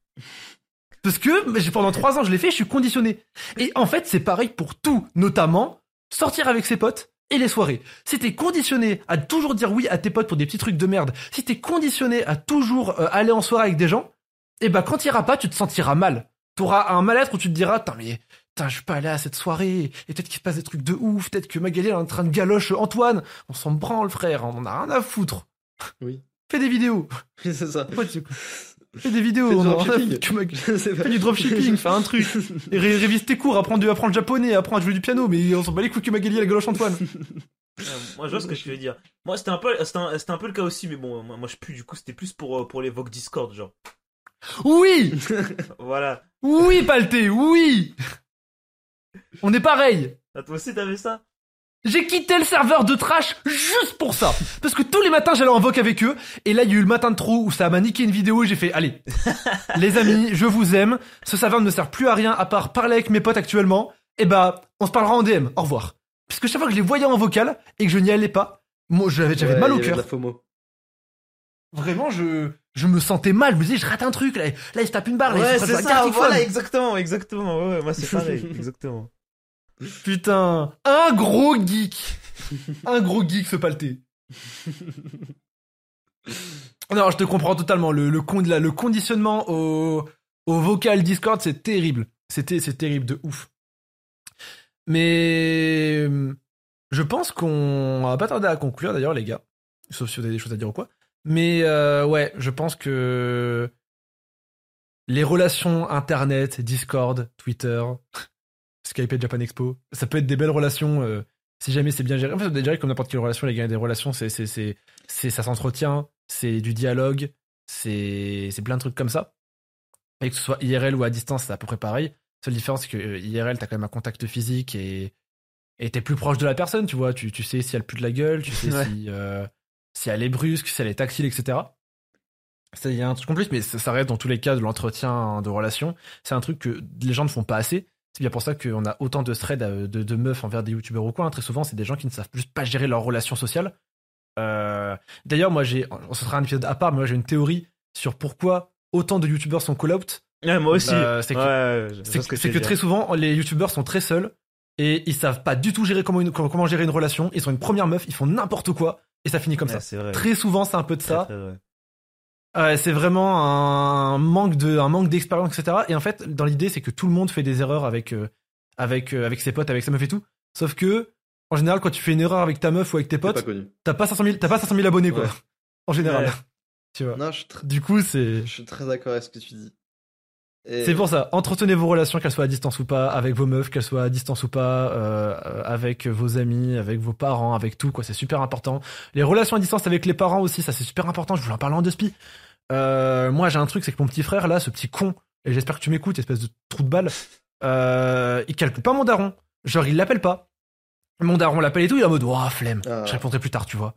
Parce que mais j'ai- pendant trois ans, je l'ai fait, je suis conditionné. Et en fait, c'est pareil pour tout, notamment sortir avec ses potes et les soirées. Si t'es conditionné à toujours dire oui à tes potes pour des petits trucs de merde, si t'es conditionné à toujours euh, aller en soirée avec des gens, et bah quand t'iras pas, tu te sentiras mal. T'auras un mal-être où tu te diras, putain mais putain, je suis pas allé à cette soirée, et peut-être qu'il se passe des trucs de ouf, peut-être que Magali est en train de galoche Antoine, on s'en branle frère, on en a rien à foutre. Oui. Fais des vidéos. c'est ça. Pourquoi tu- Fais des vidéos, Fais du on en a rien à dropshipping. foutre que Magali- Je sais pas. Fais du dropshipping, fais un truc. Et ré- révise tes cours, apprends, de, apprends le japonais, apprends à jouer du piano, mais on s'en bat les couilles que Magali a la galoche Antoine. Euh, Moi, je vois ce que je veux dire. Moi, c'était un peu, c'était un, c'était un peu le cas aussi, mais bon, moi, moi je pue, du coup, c'était plus pour, euh, pour les Vogue Discord, genre. Oui, Voilà. oui, Palté, oui. On est pareil. Ah, toi aussi, t'avais ça? J'ai quitté le serveur de trash juste pour ça. Parce que tous les matins, j'allais en voc avec eux. Et là, il y a eu le matin de trop où ça m'a niqué une vidéo et j'ai fait, allez, les amis, je vous aime. Ce serveur ne me sert plus à rien à part parler avec mes potes actuellement. Et bah, on se parlera en D M. Au revoir. Parce que chaque fois que je les voyais en vocal et que je n'y allais pas, moi, j'avais, j'avais Ouais, mal il au y avait de cœur. la FOMO. Vraiment, je, je me sentais mal. Je me disais, je rate un truc. Là, là il se tape une barre. Là, Ouais, il se c'est tape ça, un Gartic voilà, Phone. exactement, exactement. Ouais, ouais, moi, c'est pareil, exactement. Putain, un gros geek. Un gros geek, ce Palté. Non, je te comprends totalement. Le, le, con, le conditionnement au, au vocal Discord, c'est terrible. C'était, c'est terrible de ouf. Mais je pense qu'on va pas tarder à conclure d'ailleurs, les gars. Sauf si vous avez des choses à dire ou quoi. Mais euh, ouais, je pense que les relations Internet, Discord, Twitter, Skype et Japan Expo, ça peut être des belles relations euh, si jamais c'est bien géré. En fait, c'est géré comme n'importe quelle relation, les gars. Des relations, c'est, c'est, c'est, c'est, ça s'entretient, c'est du dialogue, c'est, c'est plein de trucs comme ça. Et que ce soit I R L ou à distance, c'est à peu près pareil. La seule différence, c'est que euh, I R L, t'as quand même un contact physique et, et t'es plus proche de la personne, tu vois. Tu, tu sais si elle pue de la gueule, tu sais Ouais. si, euh, si elle est brusque, si elle est tactile, et cetera. Il y a un truc en plus, mais ça, ça reste dans tous les cas de l'entretien de relation. C'est un truc que les gens ne font pas assez. C'est bien pour ça qu'on a autant de threads de, de, de meufs envers des youtubeurs ou quoi. Hein. Très souvent, c'est des gens qui ne savent juste pas gérer leurs relations sociales. Euh... D'ailleurs, moi, j'ai, ce sera un épisode à part, mais moi, j'ai une théorie sur pourquoi autant de youtubeurs sont call-out. Ouais, moi aussi. Euh, c'est que, ouais, je vois c'est ce que, tu c'est veux que dire. très souvent, les youtubeurs sont très seuls et ils savent pas du tout gérer comment, une, comment, comment gérer une relation. Ils sont une première meuf, ils font n'importe quoi et ça finit comme Ouais, ça. c'est vrai. Très souvent, c'est un peu de Très, ça. très vrai. Ouais, c'est vraiment un manque de, un manque d'expérience, et cetera. Et en fait, dans l'idée, c'est que tout le monde fait des erreurs avec, euh, avec, euh, avec ses potes, avec sa meuf et tout. Sauf que, en général, quand tu fais une erreur avec ta meuf ou avec tes T'es pas potes, connu. t'as pas cinq cent mille, t'as pas cinq cent mille abonnés, quoi. Ouais. En général. Ouais. Tu vois. Non, je suis, tr- Du coup, c'est, je suis très d'accord avec ce que tu dis. Et- c'est pour ça. Entretenez vos relations, qu'elles soient à distance ou pas, avec vos meufs, qu'elles soient à distance ou pas, euh, euh, avec vos amis, avec vos parents, avec tout, quoi. C'est super important. Les relations à distance avec les parents aussi, ça c'est super important. Je voulais en parler en deux spi. Euh, moi, j'ai un truc, c'est que mon petit frère, là, ce petit con, et j'espère que tu m'écoutes, espèce de trou de balle, euh, il calcule pas mon daron. Genre, il l'appelle pas. Mon daron l'appelle et tout, il est en mode, oh, flemme. Ah. Je répondrai plus tard, tu vois.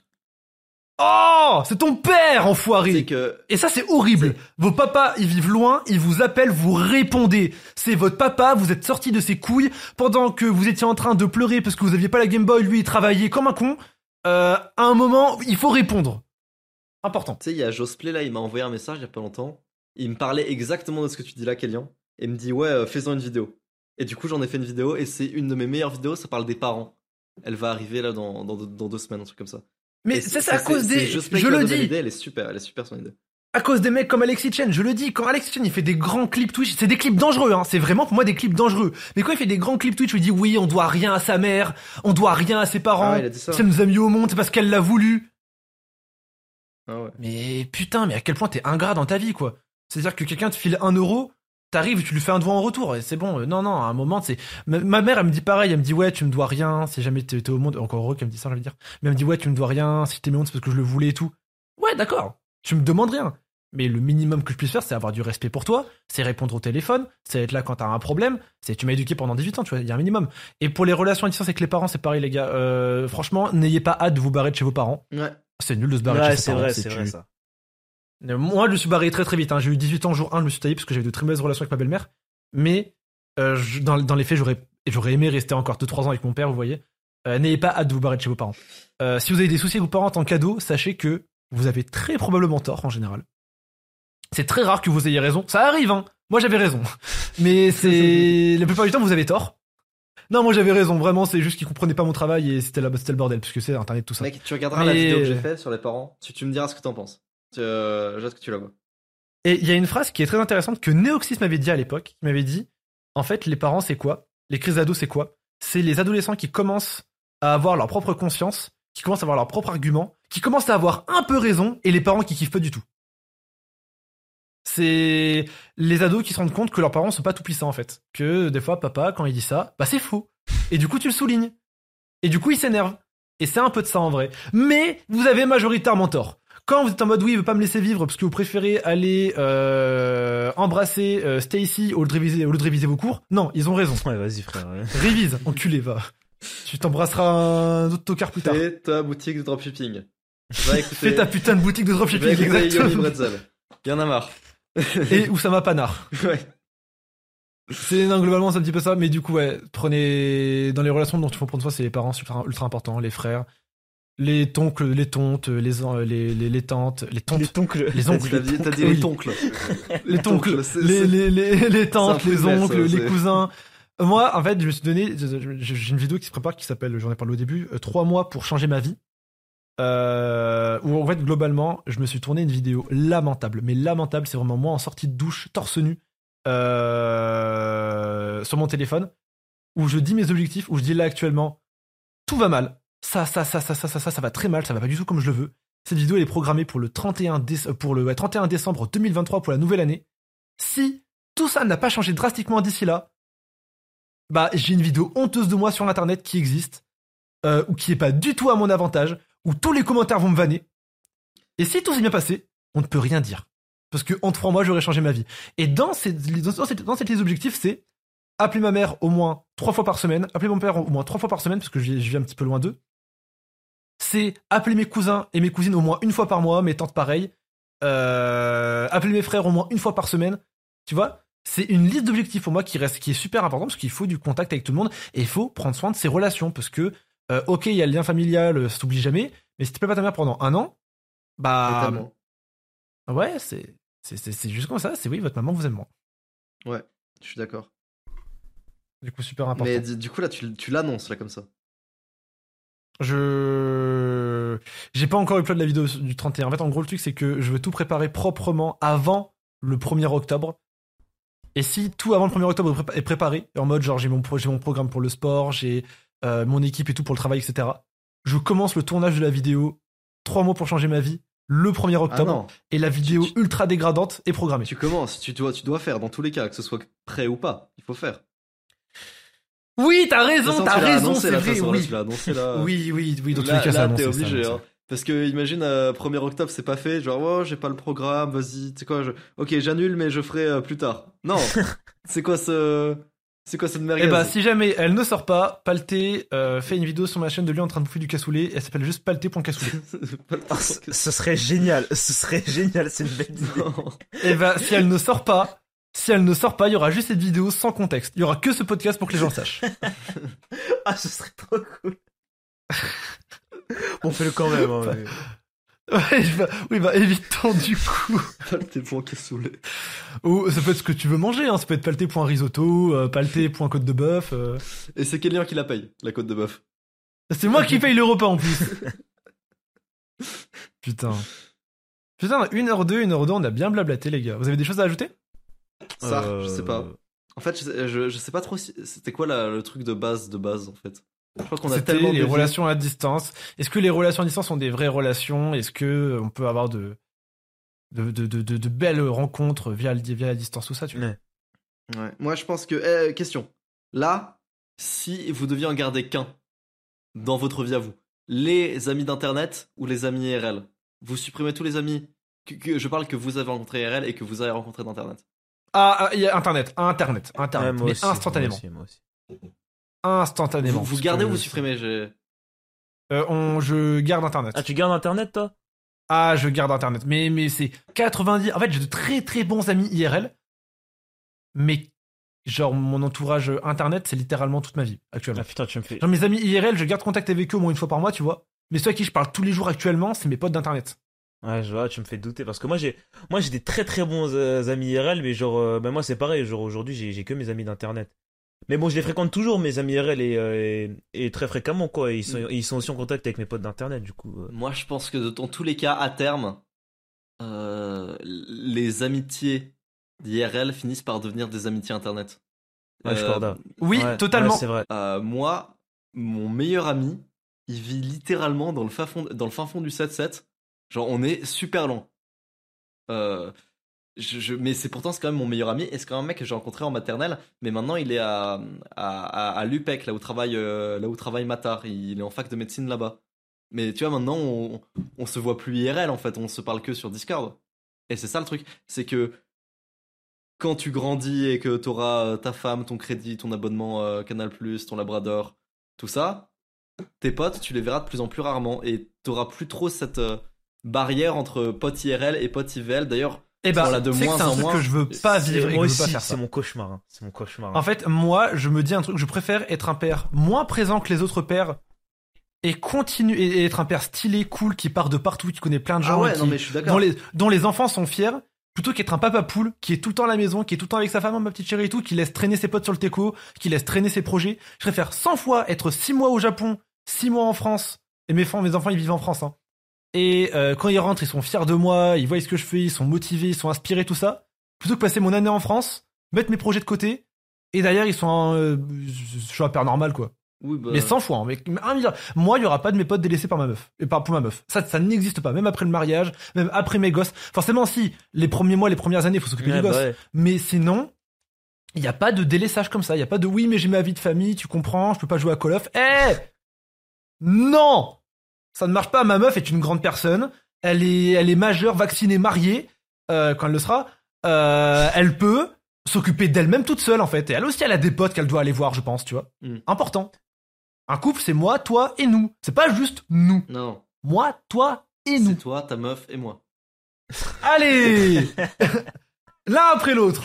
Oh, c'est ton père, enfoiré. C'est que Et ça, c'est horrible. Vos papas, ils vivent loin, ils vous appellent, vous répondez. C'est votre papa, vous êtes sorti de ses couilles pendant que vous étiez en train de pleurer parce que vous aviez pas la Game Boy, lui, il travaillait comme un con. Euh, à un moment, il faut répondre. Important. Tu sais, il y a Josplay là, il m'a envoyé un message il y a pas longtemps. Il me parlait exactement de ce que tu dis là, Kélian. Et il me dit, ouais, euh, fais-en une vidéo. Et du coup, j'en ai fait une vidéo et c'est une de mes meilleures vidéos, ça parle des parents. Elle va arriver là dans, dans, dans deux semaines, un truc comme ça. Mais Et ça, c'est à cause c'est des. Josplay Je qui m'a le donné dis. l'idée, elle est super, elle est super son idée. À cause des mecs comme Alexis Chen, je le dis, quand Alexis Chen il fait des grands clips Twitch, c'est des clips dangereux, hein, c'est vraiment pour moi des clips dangereux. Mais quand il fait des grands clips Twitch où il dit oui, on doit rien à sa mère, on doit rien à ses parents, Ah, il a dit ça. si elle nous a mis au monde, c'est parce qu'elle l'a voulu. Ah ouais. Mais putain, mais à quel point t'es ingrat dans ta vie, quoi. C'est-à-dire que quelqu'un te file un euro, t'arrives, tu lui fais un doigt en retour, et c'est bon. Euh, Non, non, à un moment, c'est. Ma, ma mère, elle me dit pareil, elle me dit ouais, tu me dois rien, si jamais t'es t'es au monde. Encore heureux qu'elle me dit ça, je veux dire. Mais elle me dit ouais, tu me dois rien, si t'es mis au monde, c'est parce que je le voulais et tout. Ouais, d'accord, tu me demandes rien. Mais le minimum que je puisse faire, c'est avoir du respect pour toi, c'est répondre au téléphone, c'est être là quand t'as un problème, c'est tu m'as éduqué pendant dix-huit ans, tu vois, il y a un minimum. Et pour les relations à distance avec les parents, c'est pareil, les gars. Euh, franchement, n'ayez pas hâte de vous barrer de chez vos parents. Ouais. C'est nul de se barrer de Ouais, chez ses c'est parents. vrai, c'est tu- vrai ça. Euh, Moi, je me suis barré très très vite. Hein. J'ai eu dix-huit ans, jour un, je me suis taillé parce que j'avais de très mauvaises relations avec ma belle-mère. Mais euh, je- dans, dans les faits, j'aurais, j'aurais aimé rester encore deux trois ans avec mon père, vous voyez. Euh, n'ayez pas hâte de vous barrer de chez vos parents. Euh, si vous avez des soucis avec vos parents en tant que cadeau, sachez que vous avez très probablement tort en général. C'est très rare que vous ayez raison. Ça arrive, hein. Moi, j'avais raison. Mais c'est... la plupart du temps, vous avez tort. Non, moi, j'avais raison. Vraiment, c'est juste qu'ils comprenaient pas mon travail et c'était, la... c'était le bordel, puisque c'est Internet, tout ça. Mec, tu regarderas Mais- la vidéo que j'ai faite sur les parents, tu, tu me diras ce que t'en penses. Tu, euh, j'ai hâte que tu la vois. Et il y a une phrase qui est très intéressante que Neoxys m'avait dit à l'époque. Il m'avait dit, en fait, les parents, c'est quoi? Les crises d'ados, c'est quoi? C'est les adolescents qui commencent à avoir leur propre conscience, qui commencent à avoir leur propre argument, qui commencent à avoir un peu raison, et les parents qui kiffent pas du tout. C'est les ados qui se rendent compte que leurs parents sont pas tout puissants, en fait. Que des fois, papa, quand il dit ça, bah c'est faux. Et du coup, tu le soulignes. Et du coup, ils s'énervent. Et c'est un peu de ça en vrai. Mais vous avez majoritairement tort. Quand vous êtes en mode oui, il veut pas me laisser vivre parce que vous préférez aller euh, embrasser euh, Stacy au lieu de réviser, au lieu de réviser vos cours, non, ils ont raison. Ouais, vas-y, frère. Ouais. Révise, enculé, va. Tu t'embrasseras un autre tocard plus tard. Fais ta boutique de dropshipping. Va écouter. Fais ta putain de boutique de Va dropshipping, écouter Yomi exactement. Bretzel. Y'en a marre. Et Oussama Panard. Ouais. C'est, non, globalement, c'est un petit peu ça, mais du coup, ouais, prenez, dans les relations dont il faut prendre soin, c'est les parents, super, ultra importants, les frères, les toncles, les tontes, les, an- les, les, les tantes, les tontes, Les toncles. les oncles, T'as dit, t'as dit Oui. les toncles. les toncles, toncles, c'est- les, c'est- les, les, les tantes, c'est un les primaire, oncles, ça, les c'est- cousins. Moi, en fait, je me suis donné, j'ai une vidéo qui se prépare qui s'appelle, j'en ai parlé au début, euh, trois mois pour changer ma vie. Euh, où en fait, globalement, je me suis tourné une vidéo lamentable, mais lamentable, c'est vraiment moi en sortie de douche, torse nu, euh, sur mon téléphone, où je dis mes objectifs, où je dis là actuellement, tout va mal. Ça, ça, ça, ça, ça, ça, ça, ça va très mal, ça va pas du tout comme je le veux. Cette vidéo, elle est programmée pour le trente et un, déce- pour le ouais, trente et un décembre deux mille vingt-trois, pour la nouvelle année. Si tout ça n'a pas changé drastiquement d'ici là, bah, j'ai une vidéo honteuse de moi sur internet qui existe, euh, ou qui est pas du tout à mon avantage, où tous les commentaires vont me vanner. Et si tout s'est bien passé, on ne peut rien dire. Parce que en trois mois, j'aurais changé ma vie. Et dans cette, dans cette, dans cette liste d'objectifs, c'est appeler ma mère au moins trois fois par semaine, appeler mon père au moins trois fois par semaine, parce que je vis je vis un petit peu loin d'eux. C'est appeler mes cousins et mes cousines au moins une fois par mois, mes tantes pareil. Euh, appeler mes frères au moins une fois par semaine. Tu vois, c'est une liste d'objectifs pour moi qui reste, qui est super importante parce qu'il faut du contact avec tout le monde et il faut prendre soin de ses relations parce que, euh, ok, il y a le lien familial, euh, ça s'oublie jamais, mais si tu plais pas ta mère pendant un an, bah, Totalement. ouais, c'est, c'est, c'est, c'est juste comme ça, c'est oui, votre maman vous aime moins. Ouais, je suis d'accord. Du coup, super important. Mais du du coup, là, tu, tu l'annonces, là, comme ça. Je, j'ai pas encore eu le plan de la vidéo du trente et un. En fait, en gros, le truc, c'est que je veux tout préparer proprement avant le premier octobre. Et si tout avant le premier octobre est prépa- est préparé, en mode genre j'ai mon, pro- j'ai mon programme pour le sport, j'ai euh, mon équipe et tout pour le travail, et cetera. Je commence le tournage de la vidéo, trois mois pour changer ma vie, le premier Ah octobre, non, et la vidéo Tu- tu- ultra dégradante est programmée. tu commences, tu dois, tu dois faire, dans tous les cas, que ce soit prêt ou pas, il faut faire. Oui, t'as De toute raison, façon, t'as tu l'as raison, annoncé, c'est là, de toute vrai, façon, là, oui. tu l'as annoncé, là. Oui, oui, oui, dans tous Là, les cas, c'est là, annoncé. t'es c'est obligé, annoncé. hein. Parce que imagine, euh, premier octobre, c'est pas fait, genre, oh, j'ai pas le programme, vas-y, tu sais quoi, je... ok, j'annule, mais je ferai euh, plus tard. Non, c'est quoi ce... C'est quoi cette merguez? Eh bah, si jamais elle ne sort pas, Palté euh, fait une vidéo sur ma chaîne de lui en train de bouffer du cassoulet, elle s'appelle juste palté.cassoulet. Ah, ce ce serait génial, ce serait génial, c'est une belle idée. Non. Et bah, si elle ne sort pas, si elle ne sort pas, il y aura juste cette vidéo sans contexte. Il y aura que ce podcast pour que les gens le sachent. Ah, ce serait trop cool. On fait le quand même. Hein, mais... Ouais, je vais- oui, bah, évitons du coup. T'es pour cassoulet. Ou ça peut être ce que tu veux manger, hein. Ça peut être palté.risotto, euh, palté.côte de bœuf. euh. Et c'est quel lien qui la paye, la côte de bœuf? C'est moi qui paye le repas en plus. Putain. Putain, une heure deux, une heure deux, on a bien blablaté, les gars. Vous avez des choses à ajouter? Ça, Euh, je sais pas. En fait, je sais, je, je sais pas trop si... C'était quoi la- le truc de base, de base, en fait? Je crois qu'on a C'était tellement les dévié. relations à distance. Est-ce que les relations à distance sont des vraies relations? Est-ce que euh, on peut avoir de de, de, de, de- de belles rencontres via, le- via la distance, tout ça, tu vois? Ouais. Ouais. Moi, je pense que... Eh, question. Là, si vous deviez en garder qu'un dans votre vie à vous, les amis d'internet ou les amis I R L, vous supprimez tous les amis que, que- je parle que vous avez rencontrés I R L et que vous avez rencontrés d'internet. Ah, ah, il y a Internet, Internet, Ouais, Internet, moi mais aussi, instantanément. Moi aussi, moi aussi. Instantanément. Vous, vous parce gardez que ou vous supprimez? j'ai- euh, on, je garde Internet. Ah, tu gardes internet, toi? Ah, je garde Internet. Mais, mais c'est quatre-vingt-dix. En fait, j'ai de très très bons amis I R L. Mais, genre, mon entourage Internet, c'est littéralement toute ma vie, actuellement. Ah putain, tu me fais. Genre, mes amis I R L, je garde contact avec eux au moins une fois par mois, tu vois. Mais ceux à qui je parle tous les jours actuellement, c'est mes potes d'Internet. Ouais, je vois, tu me fais douter parce que moi j'ai, moi j'ai des très très bons euh, amis I R L, mais genre, euh, bah, moi c'est pareil, genre aujourd'hui j'ai, j'ai que mes amis d'internet. Mais bon, je les fréquente toujours mes amis I R L et, euh, et, et très fréquemment quoi. Ils sont, ils sont aussi en contact avec mes potes d'internet du coup. euh. Moi, je pense que dans tous les cas, à terme, euh, les amitiés d'I R L finissent par devenir des amitiés internet. Ouais, je Euh, corda. Oui, Ouais, totalement. ouais, c'est vrai. Euh, moi, mon meilleur ami, il vit littéralement dans le fin fond, dans le fin fond du sept sept. Genre, on est super loin. Euh, je, je- mais c'est pourtant c'est quand même mon meilleur ami et c'est quand même un mec que j'ai rencontré en maternelle. Mais maintenant, il est à à, à, à l'U P E C, là où travaille euh, là où travaille Matar. Il est en fac de médecine là-bas. Mais tu vois, maintenant, on, on se voit plus I R L, en fait. On se parle que sur Discord. Et c'est ça le truc. C'est que quand tu grandis et que t'auras ta femme, ton crédit, ton abonnement euh, Canal+, ton Labrador, tout ça, tes potes, tu les verras de plus en plus rarement. Et t'auras plus trop cette euh, barrière entre potes I R L et potes I V L. D'ailleurs, Eh ben, on l'a de c'est que moins c'est un en truc moins. que je veux pas C'est- vivre et que moi je veux pas aussi, faire c'est ça. mon cauchemar. hein. C'est mon cauchemar. En fait, moi, je me dis un truc, je préfère être un père moins présent que les autres pères et continuer et être un père stylé, cool, qui part de partout, qui connaît plein de gens, Ah ouais, et qui- non, mais je suis d'accord. dont les dont les enfants sont fiers, plutôt qu'être un papa poule qui est tout le temps à la maison, qui est tout le temps avec sa femme, oh, ma petite chérie et tout, qui laisse traîner ses potes sur le teco, qui laisse traîner ses projets. Je préfère cent fois être six mois au Japon, six mois en France, et mes enfants, mes enfants ils vivent en France, hein. Et euh, quand ils rentrent, ils sont fiers de moi, ils voient ce que je fais, ils sont motivés, ils sont inspirés, tout ça, plutôt que passer mon année en France, mettre mes projets de côté, et derrière ils sont en, euh, je suis un père normal quoi. Oui, bah, Mais cent fois, hein, mais un milliard. Moi, il y aura pas de mes potes délaissés par ma meuf. Et par, pour ma meuf. Ça, ça n'existe pas. Même après le mariage, même après mes gosses. Forcément, si, les premiers mois, les premières années, il faut s'occuper Ouais, du gosse. bah ouais. Mais sinon, il y a pas de délaissage comme ça. Il y a pas de oui, mais j'ai ma vie de famille, tu comprends, je peux pas jouer à Call of. Eh! Non! Ça ne marche pas. Ma meuf est une grande personne. Elle est, elle est majeure, vaccinée, mariée, euh, quand elle le sera. Euh, elle peut s'occuper d'elle-même toute seule, en fait. Et elle aussi, elle a des potes qu'elle doit aller voir, je pense, tu vois. Mm. Important. Un couple, c'est moi, toi et nous. C'est pas juste nous. non, Moi, toi et c'est nous. toi, ta meuf et moi. Allez! L'un après l'autre.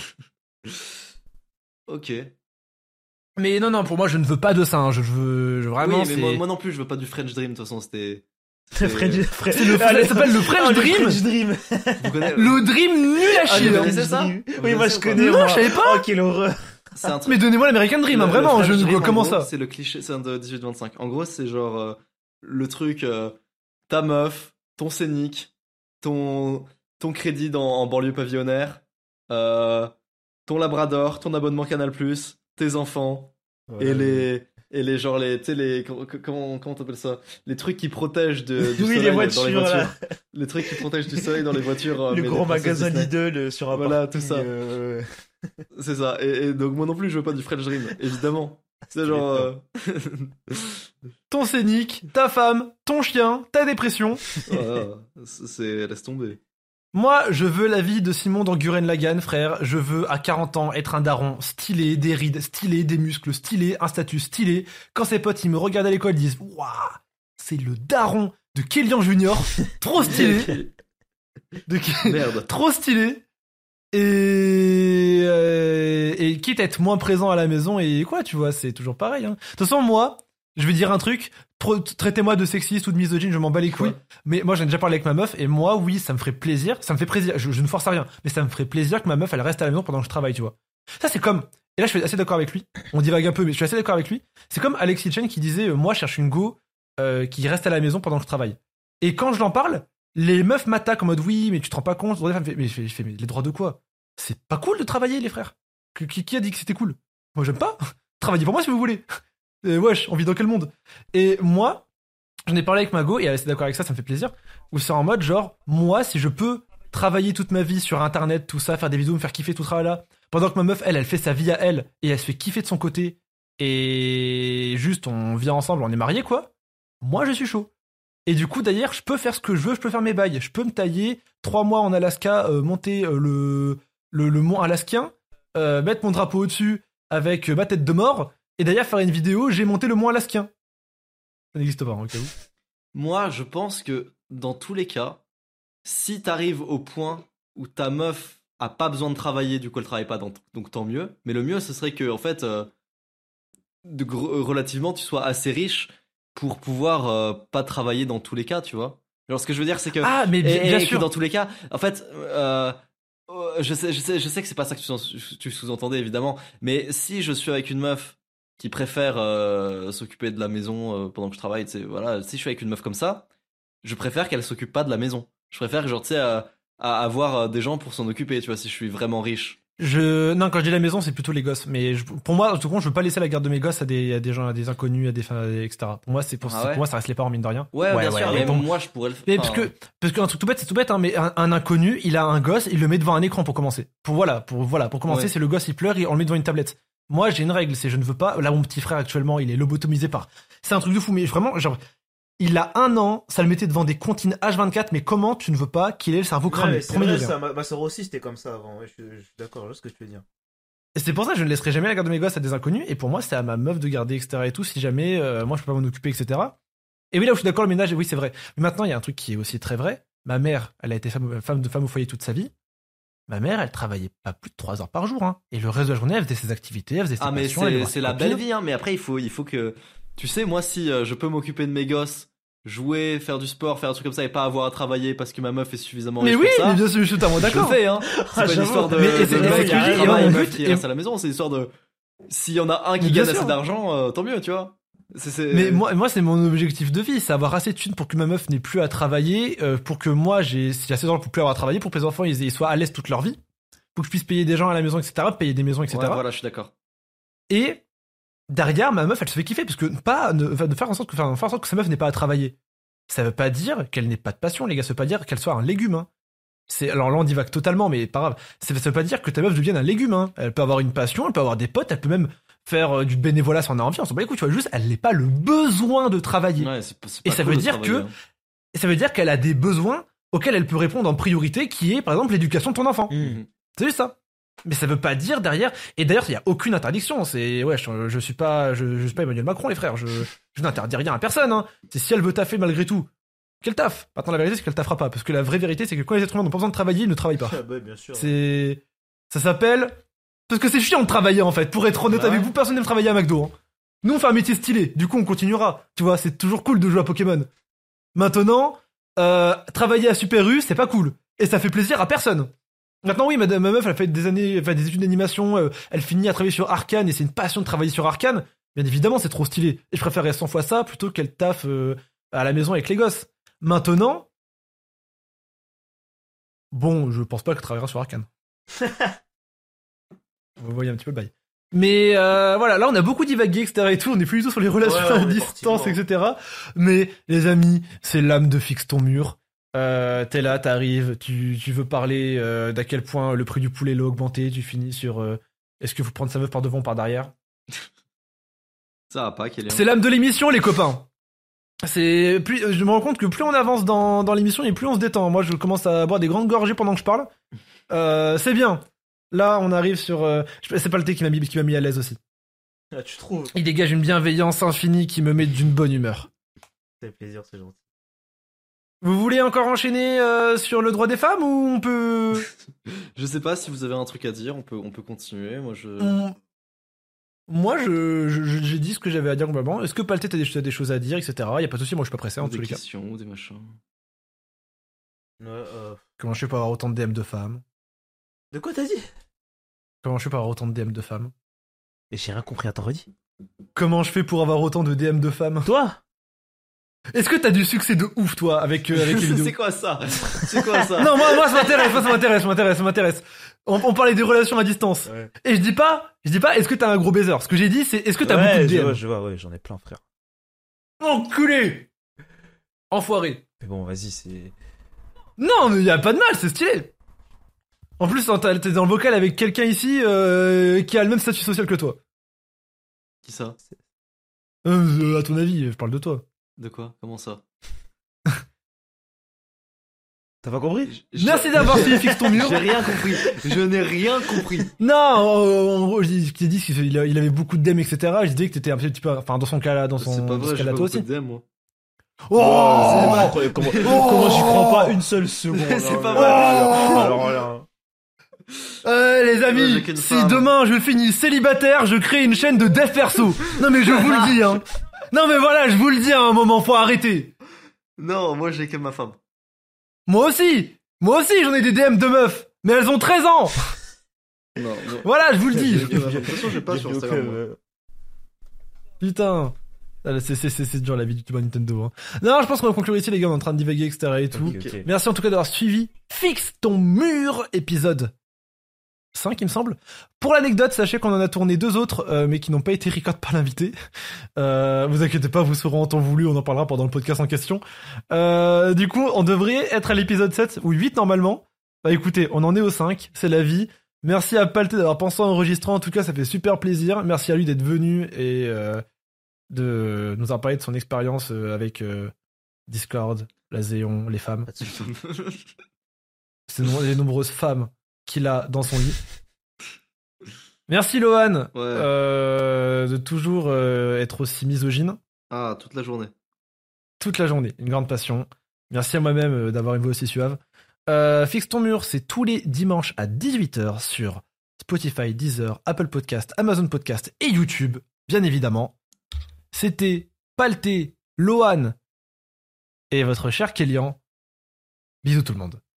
Ok. Mais non, non, pour moi, je ne veux pas de ça. hein. Je veux je- vraiment. oui, mais c'est moi, moi non plus, je veux pas du French Dream, de toute façon, c'était. French- French- c'est le- Allez. ça s'appelle le French Ah, Dream. French Dream. Vous connaissez Le dream nul à Ah, chier. vous hein. connaissez ça Dream. Vous Oui, moi connaissez je ou pas connais. Non, moi. je savais pas. Oh, quelle horreur. C'est un truc. Mais donnez-moi l'American Dream, hein, Le- vraiment. le Je French ne Dream, vois en comment gros, ça. C'est le cliché, c'est un de dix-huit vingt-cinq. En gros, c'est genre euh, le truc, euh, ta meuf, ton scénic, ton, ton crédit dans, en banlieue pavillonnaire, euh, ton Labrador, ton abonnement Canal+, tes enfants, et les... Et les genre les tu sais les comment comment comment t'appelles ça, les trucs qui protègent de, du Oui, soleil les dans voitures, les là. voitures, les trucs qui protègent du soleil dans les voitures, euh, Le mais gros des princesses magasin Disney. Lidl euh, sur un Voilà, parking, tout ça. euh, C'est ça. Et, et donc moi non plus je veux pas du French Dream, évidemment. C'est genre euh, Ton scénic, ta femme, ton chien, ta dépression. voilà, c'est c'est- laisse tomber. Moi, je veux la vie de Simon dans Gurren Lagann, frère. Je veux, à quarante ans, être un daron stylé, des rides stylées, des muscles stylés, un statut stylé. Quand ses potes, ils me regardent à l'école, ils disent « Waouh, c'est le daron de Kellyan Junior. Trop stylé. De Ke- Merde. Trop stylé. Et, euh, et quitte à être moins présent à la maison et quoi, tu vois, c'est toujours pareil. Hein. De toute façon, moi, je vais dire un truc. Trop- Traitez-moi de sexiste ou de misogyne, je m'en bats les couilles. Quoi Mais moi, j'en ai déjà parlé avec ma meuf, et moi, oui, ça me ferait plaisir. Ça me fait plaisir. Je, je ne force à rien, mais ça me ferait plaisir que ma meuf, elle reste à la maison pendant que je travaille, tu vois. Ça, c'est comme. Et là, je suis assez d'accord avec lui. On divague un peu, mais je suis assez d'accord avec lui. C'est comme Alexis Chen qui disait, euh, moi, je cherche une go euh, qui reste à la maison pendant que je travaille. Et quand je l'en parle, les meufs m'attaquent en mode oui, mais tu te rends pas compte. Mais je fais, je fais, mais les droits de quoi? C'est pas cool de travailler, les frères. Qui, qui a dit que c'était cool? Moi, j'aime pas. Travaillez pour moi si vous voulez. Euh, wesh, on vit dans quel monde? Et moi, j'en ai parlé avec Mago et elle est d'accord avec ça, ça me fait plaisir. Où c'est en mode genre, moi, si je peux travailler toute ma vie sur internet, tout ça, faire des vidéos, me faire kiffer tout ça là, pendant que ma meuf, elle, elle fait sa vie à elle et elle se fait kiffer de son côté et juste on vit ensemble, on est mariés quoi. Moi, je suis chaud. Et du coup, d'ailleurs, je peux faire ce que je veux, je peux faire mes bails. Je peux me tailler trois mois en Alaska, euh, monter euh, le, le, le mont alaskien, euh, mettre mon drapeau au-dessus avec euh, ma tête de mort. Et d'ailleurs, faire une vidéo, j'ai monté le mont alaskien. Ça n'existe pas, en cas où. Moi, je pense que dans tous les cas, si t'arrives au point où ta meuf a pas besoin de travailler, du coup elle travaille pas, donc, donc tant mieux. Mais le mieux, ce serait que, en fait, euh, de, gr- relativement, tu sois assez riche pour pouvoir euh, pas travailler dans tous les cas, tu vois. Genre, ce que je veux dire, c'est que Ah, mais et, bien, bien et que sûr. dans tous les cas, en fait, euh, euh, je sais, je sais, je sais que c'est pas ça que tu, sous- tu sous-entendais évidemment, mais si je suis avec une meuf qui préfère euh, s'occuper de la maison euh, pendant que je travaille, tu sais, voilà, si je suis avec une meuf comme ça, je préfère qu'elle s'occupe pas de la maison. Je préfère, genre, tu sais, à, à avoir euh, des gens pour s'en occuper, tu vois, si je suis vraiment riche. Je... Non, quand je dis la maison, c'est plutôt les gosses. Mais je- pour moi, en tout cas, je veux pas laisser la garde de mes gosses à des, à des gens, à des inconnus, à des, enfin, et cetera. Pour moi, c'est pour, Ah c'est- ouais pour moi, ça reste les parents, mine de rien. Ouais, bien sûr, mais mais pour- moi je pourrais le faire. Mais parce que, parce qu'un truc tout bête, c'est tout bête, hein, mais un, un inconnu, il a un gosse, il le met devant un écran pour commencer. Pour voilà, pour voilà, pour commencer, Ouais. c'est le gosse, il pleure, et on le met devant une tablette. Moi, j'ai une règle, c'est je ne veux pas. Là, mon petit frère actuellement, il est lobotomisé par. C'est un truc de fou, mais vraiment, genre, Il a un an, ça le mettait devant des comptines H vingt-quatre, mais comment tu ne veux pas qu'il ait le cerveau Ouais, cramé? mais c'est Premier vrai, degré. ça, ma, ma soeur aussi c'était comme ça avant. Ouais, je, suis- je suis d'accord, je vois ce que tu veux dire. Et c'est pour ça que je ne laisserai jamais la garde de mes gosses à des inconnus, et pour moi, c'est à ma meuf de garder, et cetera et tout, si jamais, euh, moi, je peux pas m'en occuper, et cetera. Et oui, là où je suis d'accord, le ménage, oui, c'est vrai. Mais maintenant, il y a un truc qui est aussi très vrai. Ma mère, elle a été femme, femme de femme au foyer toute sa vie. Ma mère, elle travaillait pas plus de trois heures par jour, hein. Et le reste de la journée, elle faisait ses activités, elle faisait ses Ah mais passions, elle allait c'est voir c'est ses la copines. belle vie, hein. Mais après il faut il faut que tu sais moi si euh, je peux m'occuper de mes gosses, jouer, faire du sport, faire un truc comme ça et pas avoir à travailler parce que ma meuf est suffisamment Mais riche oui, pour ça. mais bien sûr, je suis totalement Je le d'accord. fais, hein. C'est Ah, pas une j'avoue. histoire de, Mais- et de c'est- et mec c'est qui ce que je dis, et travaille, mon meuf but qui est- reste à la maison. C'est une histoire de s'il y en a un qui Mais bien gagne sûr. assez d'argent, euh, tant mieux, tu vois. C'est, c'est... Mais moi, moi, c'est mon objectif de vie, c'est avoir assez de thunes pour que ma meuf n'ait plus à travailler, euh, pour que moi, j'ai, si j'ai assez d'argent pour plus avoir à travailler, pour que les enfants, ils, ils soient à l'aise toute leur vie, pour que je puisse payer des gens à la maison, et cetera, payer des maisons, et cetera. Ouais, voilà, je suis d'accord. Et derrière, ma meuf, elle se fait kiffer, parce que pas, ne, de faire en sorte que, faire, faire en sorte que sa meuf n'ait pas à travailler. Ça veut pas dire qu'elle n'ait pas de passion, les gars, ça veut pas dire qu'elle soit un légume, hein. C'est, alors là, on divague totalement, mais pas grave. Ça, ça veut pas dire que ta meuf devienne un légume, hein. Elle peut avoir une passion, elle peut avoir des potes, elle peut même faire euh, du bénévolat si on a envie, on s'en bat les couilles, tu vois, juste, elle n'a pas le besoin de travailler. Ouais, c'est, c'est Et pas ça cool veut de dire travailler, que- hein. Et ça veut dire qu'elle a des besoins auxquels elle peut répondre en priorité, qui est, par exemple, l'éducation de ton enfant. Mhm. C'est juste ça. Mais ça veut pas dire derrière, et d'ailleurs, il y a aucune interdiction, c'est, ouais, je, je suis pas, je, je suis pas Emmanuel Macron, les frères, je, je n'interdis rien à personne, hein. C'est si elle veut taffer malgré tout, qu'elle taffe. Maintenant, la vérité, c'est qu'elle taffera pas, parce que la vraie vérité, c'est que quand les êtres humains n'ont pas besoin de travailler, ils ne travaillent pas. Ah bah, bien sûr. C'est, ça s'appelle, parce que c'est chiant de travailler, en fait, pour être honnête Bah avec ouais. vous, personne n'aime travailler à McDo, hein. Nous, on fait un métier stylé, du coup, on continuera. Tu vois, c'est toujours cool de jouer à Pokémon. Maintenant, euh, travailler à Super U, c'est pas cool. Et ça fait plaisir à personne. Maintenant, oui, ma, ma meuf, elle fait des années, elle fait des études d'animation, euh, elle finit à travailler sur Arcane, et c'est une passion de travailler sur Arcane. Bien évidemment, c'est trop stylé. Et je préférerais cent fois ça plutôt qu'elle taffe euh, à la maison avec les gosses. Maintenant, bon, je pense pas qu'elle travaillera sur Arcane. Vous voyez un petit peu le bail. Mais euh, voilà, là on a beaucoup divagué, et cetera et tout, on est plus du tout sur les relations Ouais, à on est distance, parti et cetera. Mais les amis, c'est l'âme de fixe ton mur. Euh, t'es là, t'arrives, tu, tu veux parler euh, d'à quel point le prix du poulet l'a augmenté, tu finis sur euh, est-ce qu'il faut prendre sa meuf par devant ou par derrière. Ça va pas, Kélian. C'est l'âme de l'émission, les copains. C'est plus, je me rends compte que plus on avance dans, dans l'émission et plus on se détend. Moi, je commence à boire des grandes gorgées pendant que je parle. Euh, c'est bien. Là, on arrive sur. Euh, je- c'est pas le thé qui m'a mis, qui m'a mis à l'aise aussi. Ah, tu trouves? Il dégage une bienveillance infinie qui me met d'une bonne humeur. Ça fait plaisir, c'est gentil. Vous voulez encore enchaîner euh, sur le droit des femmes ou on peut. Je sais pas si vous avez un truc à dire, on peut, on peut continuer. Moi, je. on- Moi, je, je- je- j'ai dit ce que j'avais à dire globalement. Est-ce que Palté, t'as des, t'as des choses à dire, et cetera. Y a pas de souci, moi je suis pas pressé en Ou tous des les cas. questions, ou des machins. Ouais, euh... Comment je fais pour avoir autant de D M de femmes? De quoi t'as dit? Comment je fais pour avoir autant de D M de femmes? Et j'ai rien compris, attends, redis. Comment je fais pour avoir autant de D M de femmes? Toi? Est-ce que t'as du succès de ouf, toi, avec, euh, avec les vidéos? C'est quoi ça? C'est quoi ça? Non, moi, moi, ça m'intéresse, moi, ça m'intéresse, ça m'intéresse, ça m'intéresse. On, on parlait des relations à distance. Ouais. Et je dis pas, je dis pas, est-ce que t'as un gros baiser? Ce que j'ai dit, c'est, est-ce que t'as Ouais, beaucoup de je D M? vois, je vois, ouais, j'en ai plein, frère. Enculé! Enfoiré. Mais bon, vas-y, c'est... Non, mais y a pas de mal, c'est stylé. En plus, t'es t'es dans le vocal avec quelqu'un ici, euh, qui a le même statut social que toi. Qui ça? Euh, à ton avis, je parle de toi. De quoi? Comment ça? T'as pas compris? J'ai- Merci d'avoir j'ai- signé Fixe ton mur. J'ai rien compris. Je n'ai rien compris. Non, en en gros, je dis- je t'ai dit qu'il a- il avait beaucoup de D M, et cetera. Je disais que t'étais un petit peu, enfin, dans son cas là, dans son, C'est pas dans ce vrai, j'ai cas-là, pas toi beaucoup aussi. de D M, moi. Oh! C'est comment, Oh comment j'y crois pas une seule seconde? C'est hein, pas mais- vrai. Alors, alors là... Euh, les Ouais, amis, j'ai qu'une si femme. demain je finis célibataire, je crée une chaîne de dev perso. Non mais je vous le dis, hein. Non mais voilà, je vous le dis à un moment, faut arrêter. Non, moi j'ai que ma femme. Moi aussi, moi aussi j'en ai des D M de meufs, mais elles ont treize ans. Non, non. Voilà, je vous le dis. J'ai que ma femme. De toute façon, j'ai pas sur Instagram. moi. Putain. Ah, C'est, c'est, c'est, c'est dur la vie du tuber Nintendo, hein. Non, je pense qu'on va conclure ici les gars, on est en train de divaguer, et cetera et tout. Ok, ok. Merci en tout cas d'avoir suivi Fixe ton mur, épisode cinq, il me semble. Pour l'anecdote, sachez qu'on en a tourné deux autres, euh, mais qui n'ont pas été record par l'invité. Euh, vous inquiétez pas, vous serez en temps voulu, on en parlera pendant le podcast en question. Euh, du coup, on devrait être à l'épisode sept ou huit normalement. Bah écoutez, on en est au cinq, c'est la vie. Merci à Palté d'avoir pensé à enregistrer, en tout cas ça fait super plaisir. Merci à lui d'être venu et euh, de nous avoir parlé de son expérience euh, avec... Euh, Discord, la Zéon, les femmes. Pas de soucis. C'est no- les nombreuses femmes qu'il a dans son lit. Merci Lohan Ouais. euh, de toujours euh, être aussi misogyne Ah, toute la journée. toute la journée. Une grande passion. Merci à moi-même euh, d'avoir une voix aussi suave. Euh, Fixe ton mur, c'est tous les dimanches à dix-huit heures sur Spotify, Deezer, Apple Podcast, Amazon Podcast et YouTube, bien évidemment. C'était Palté, Lohan et votre cher Kélian. Bisous tout le monde.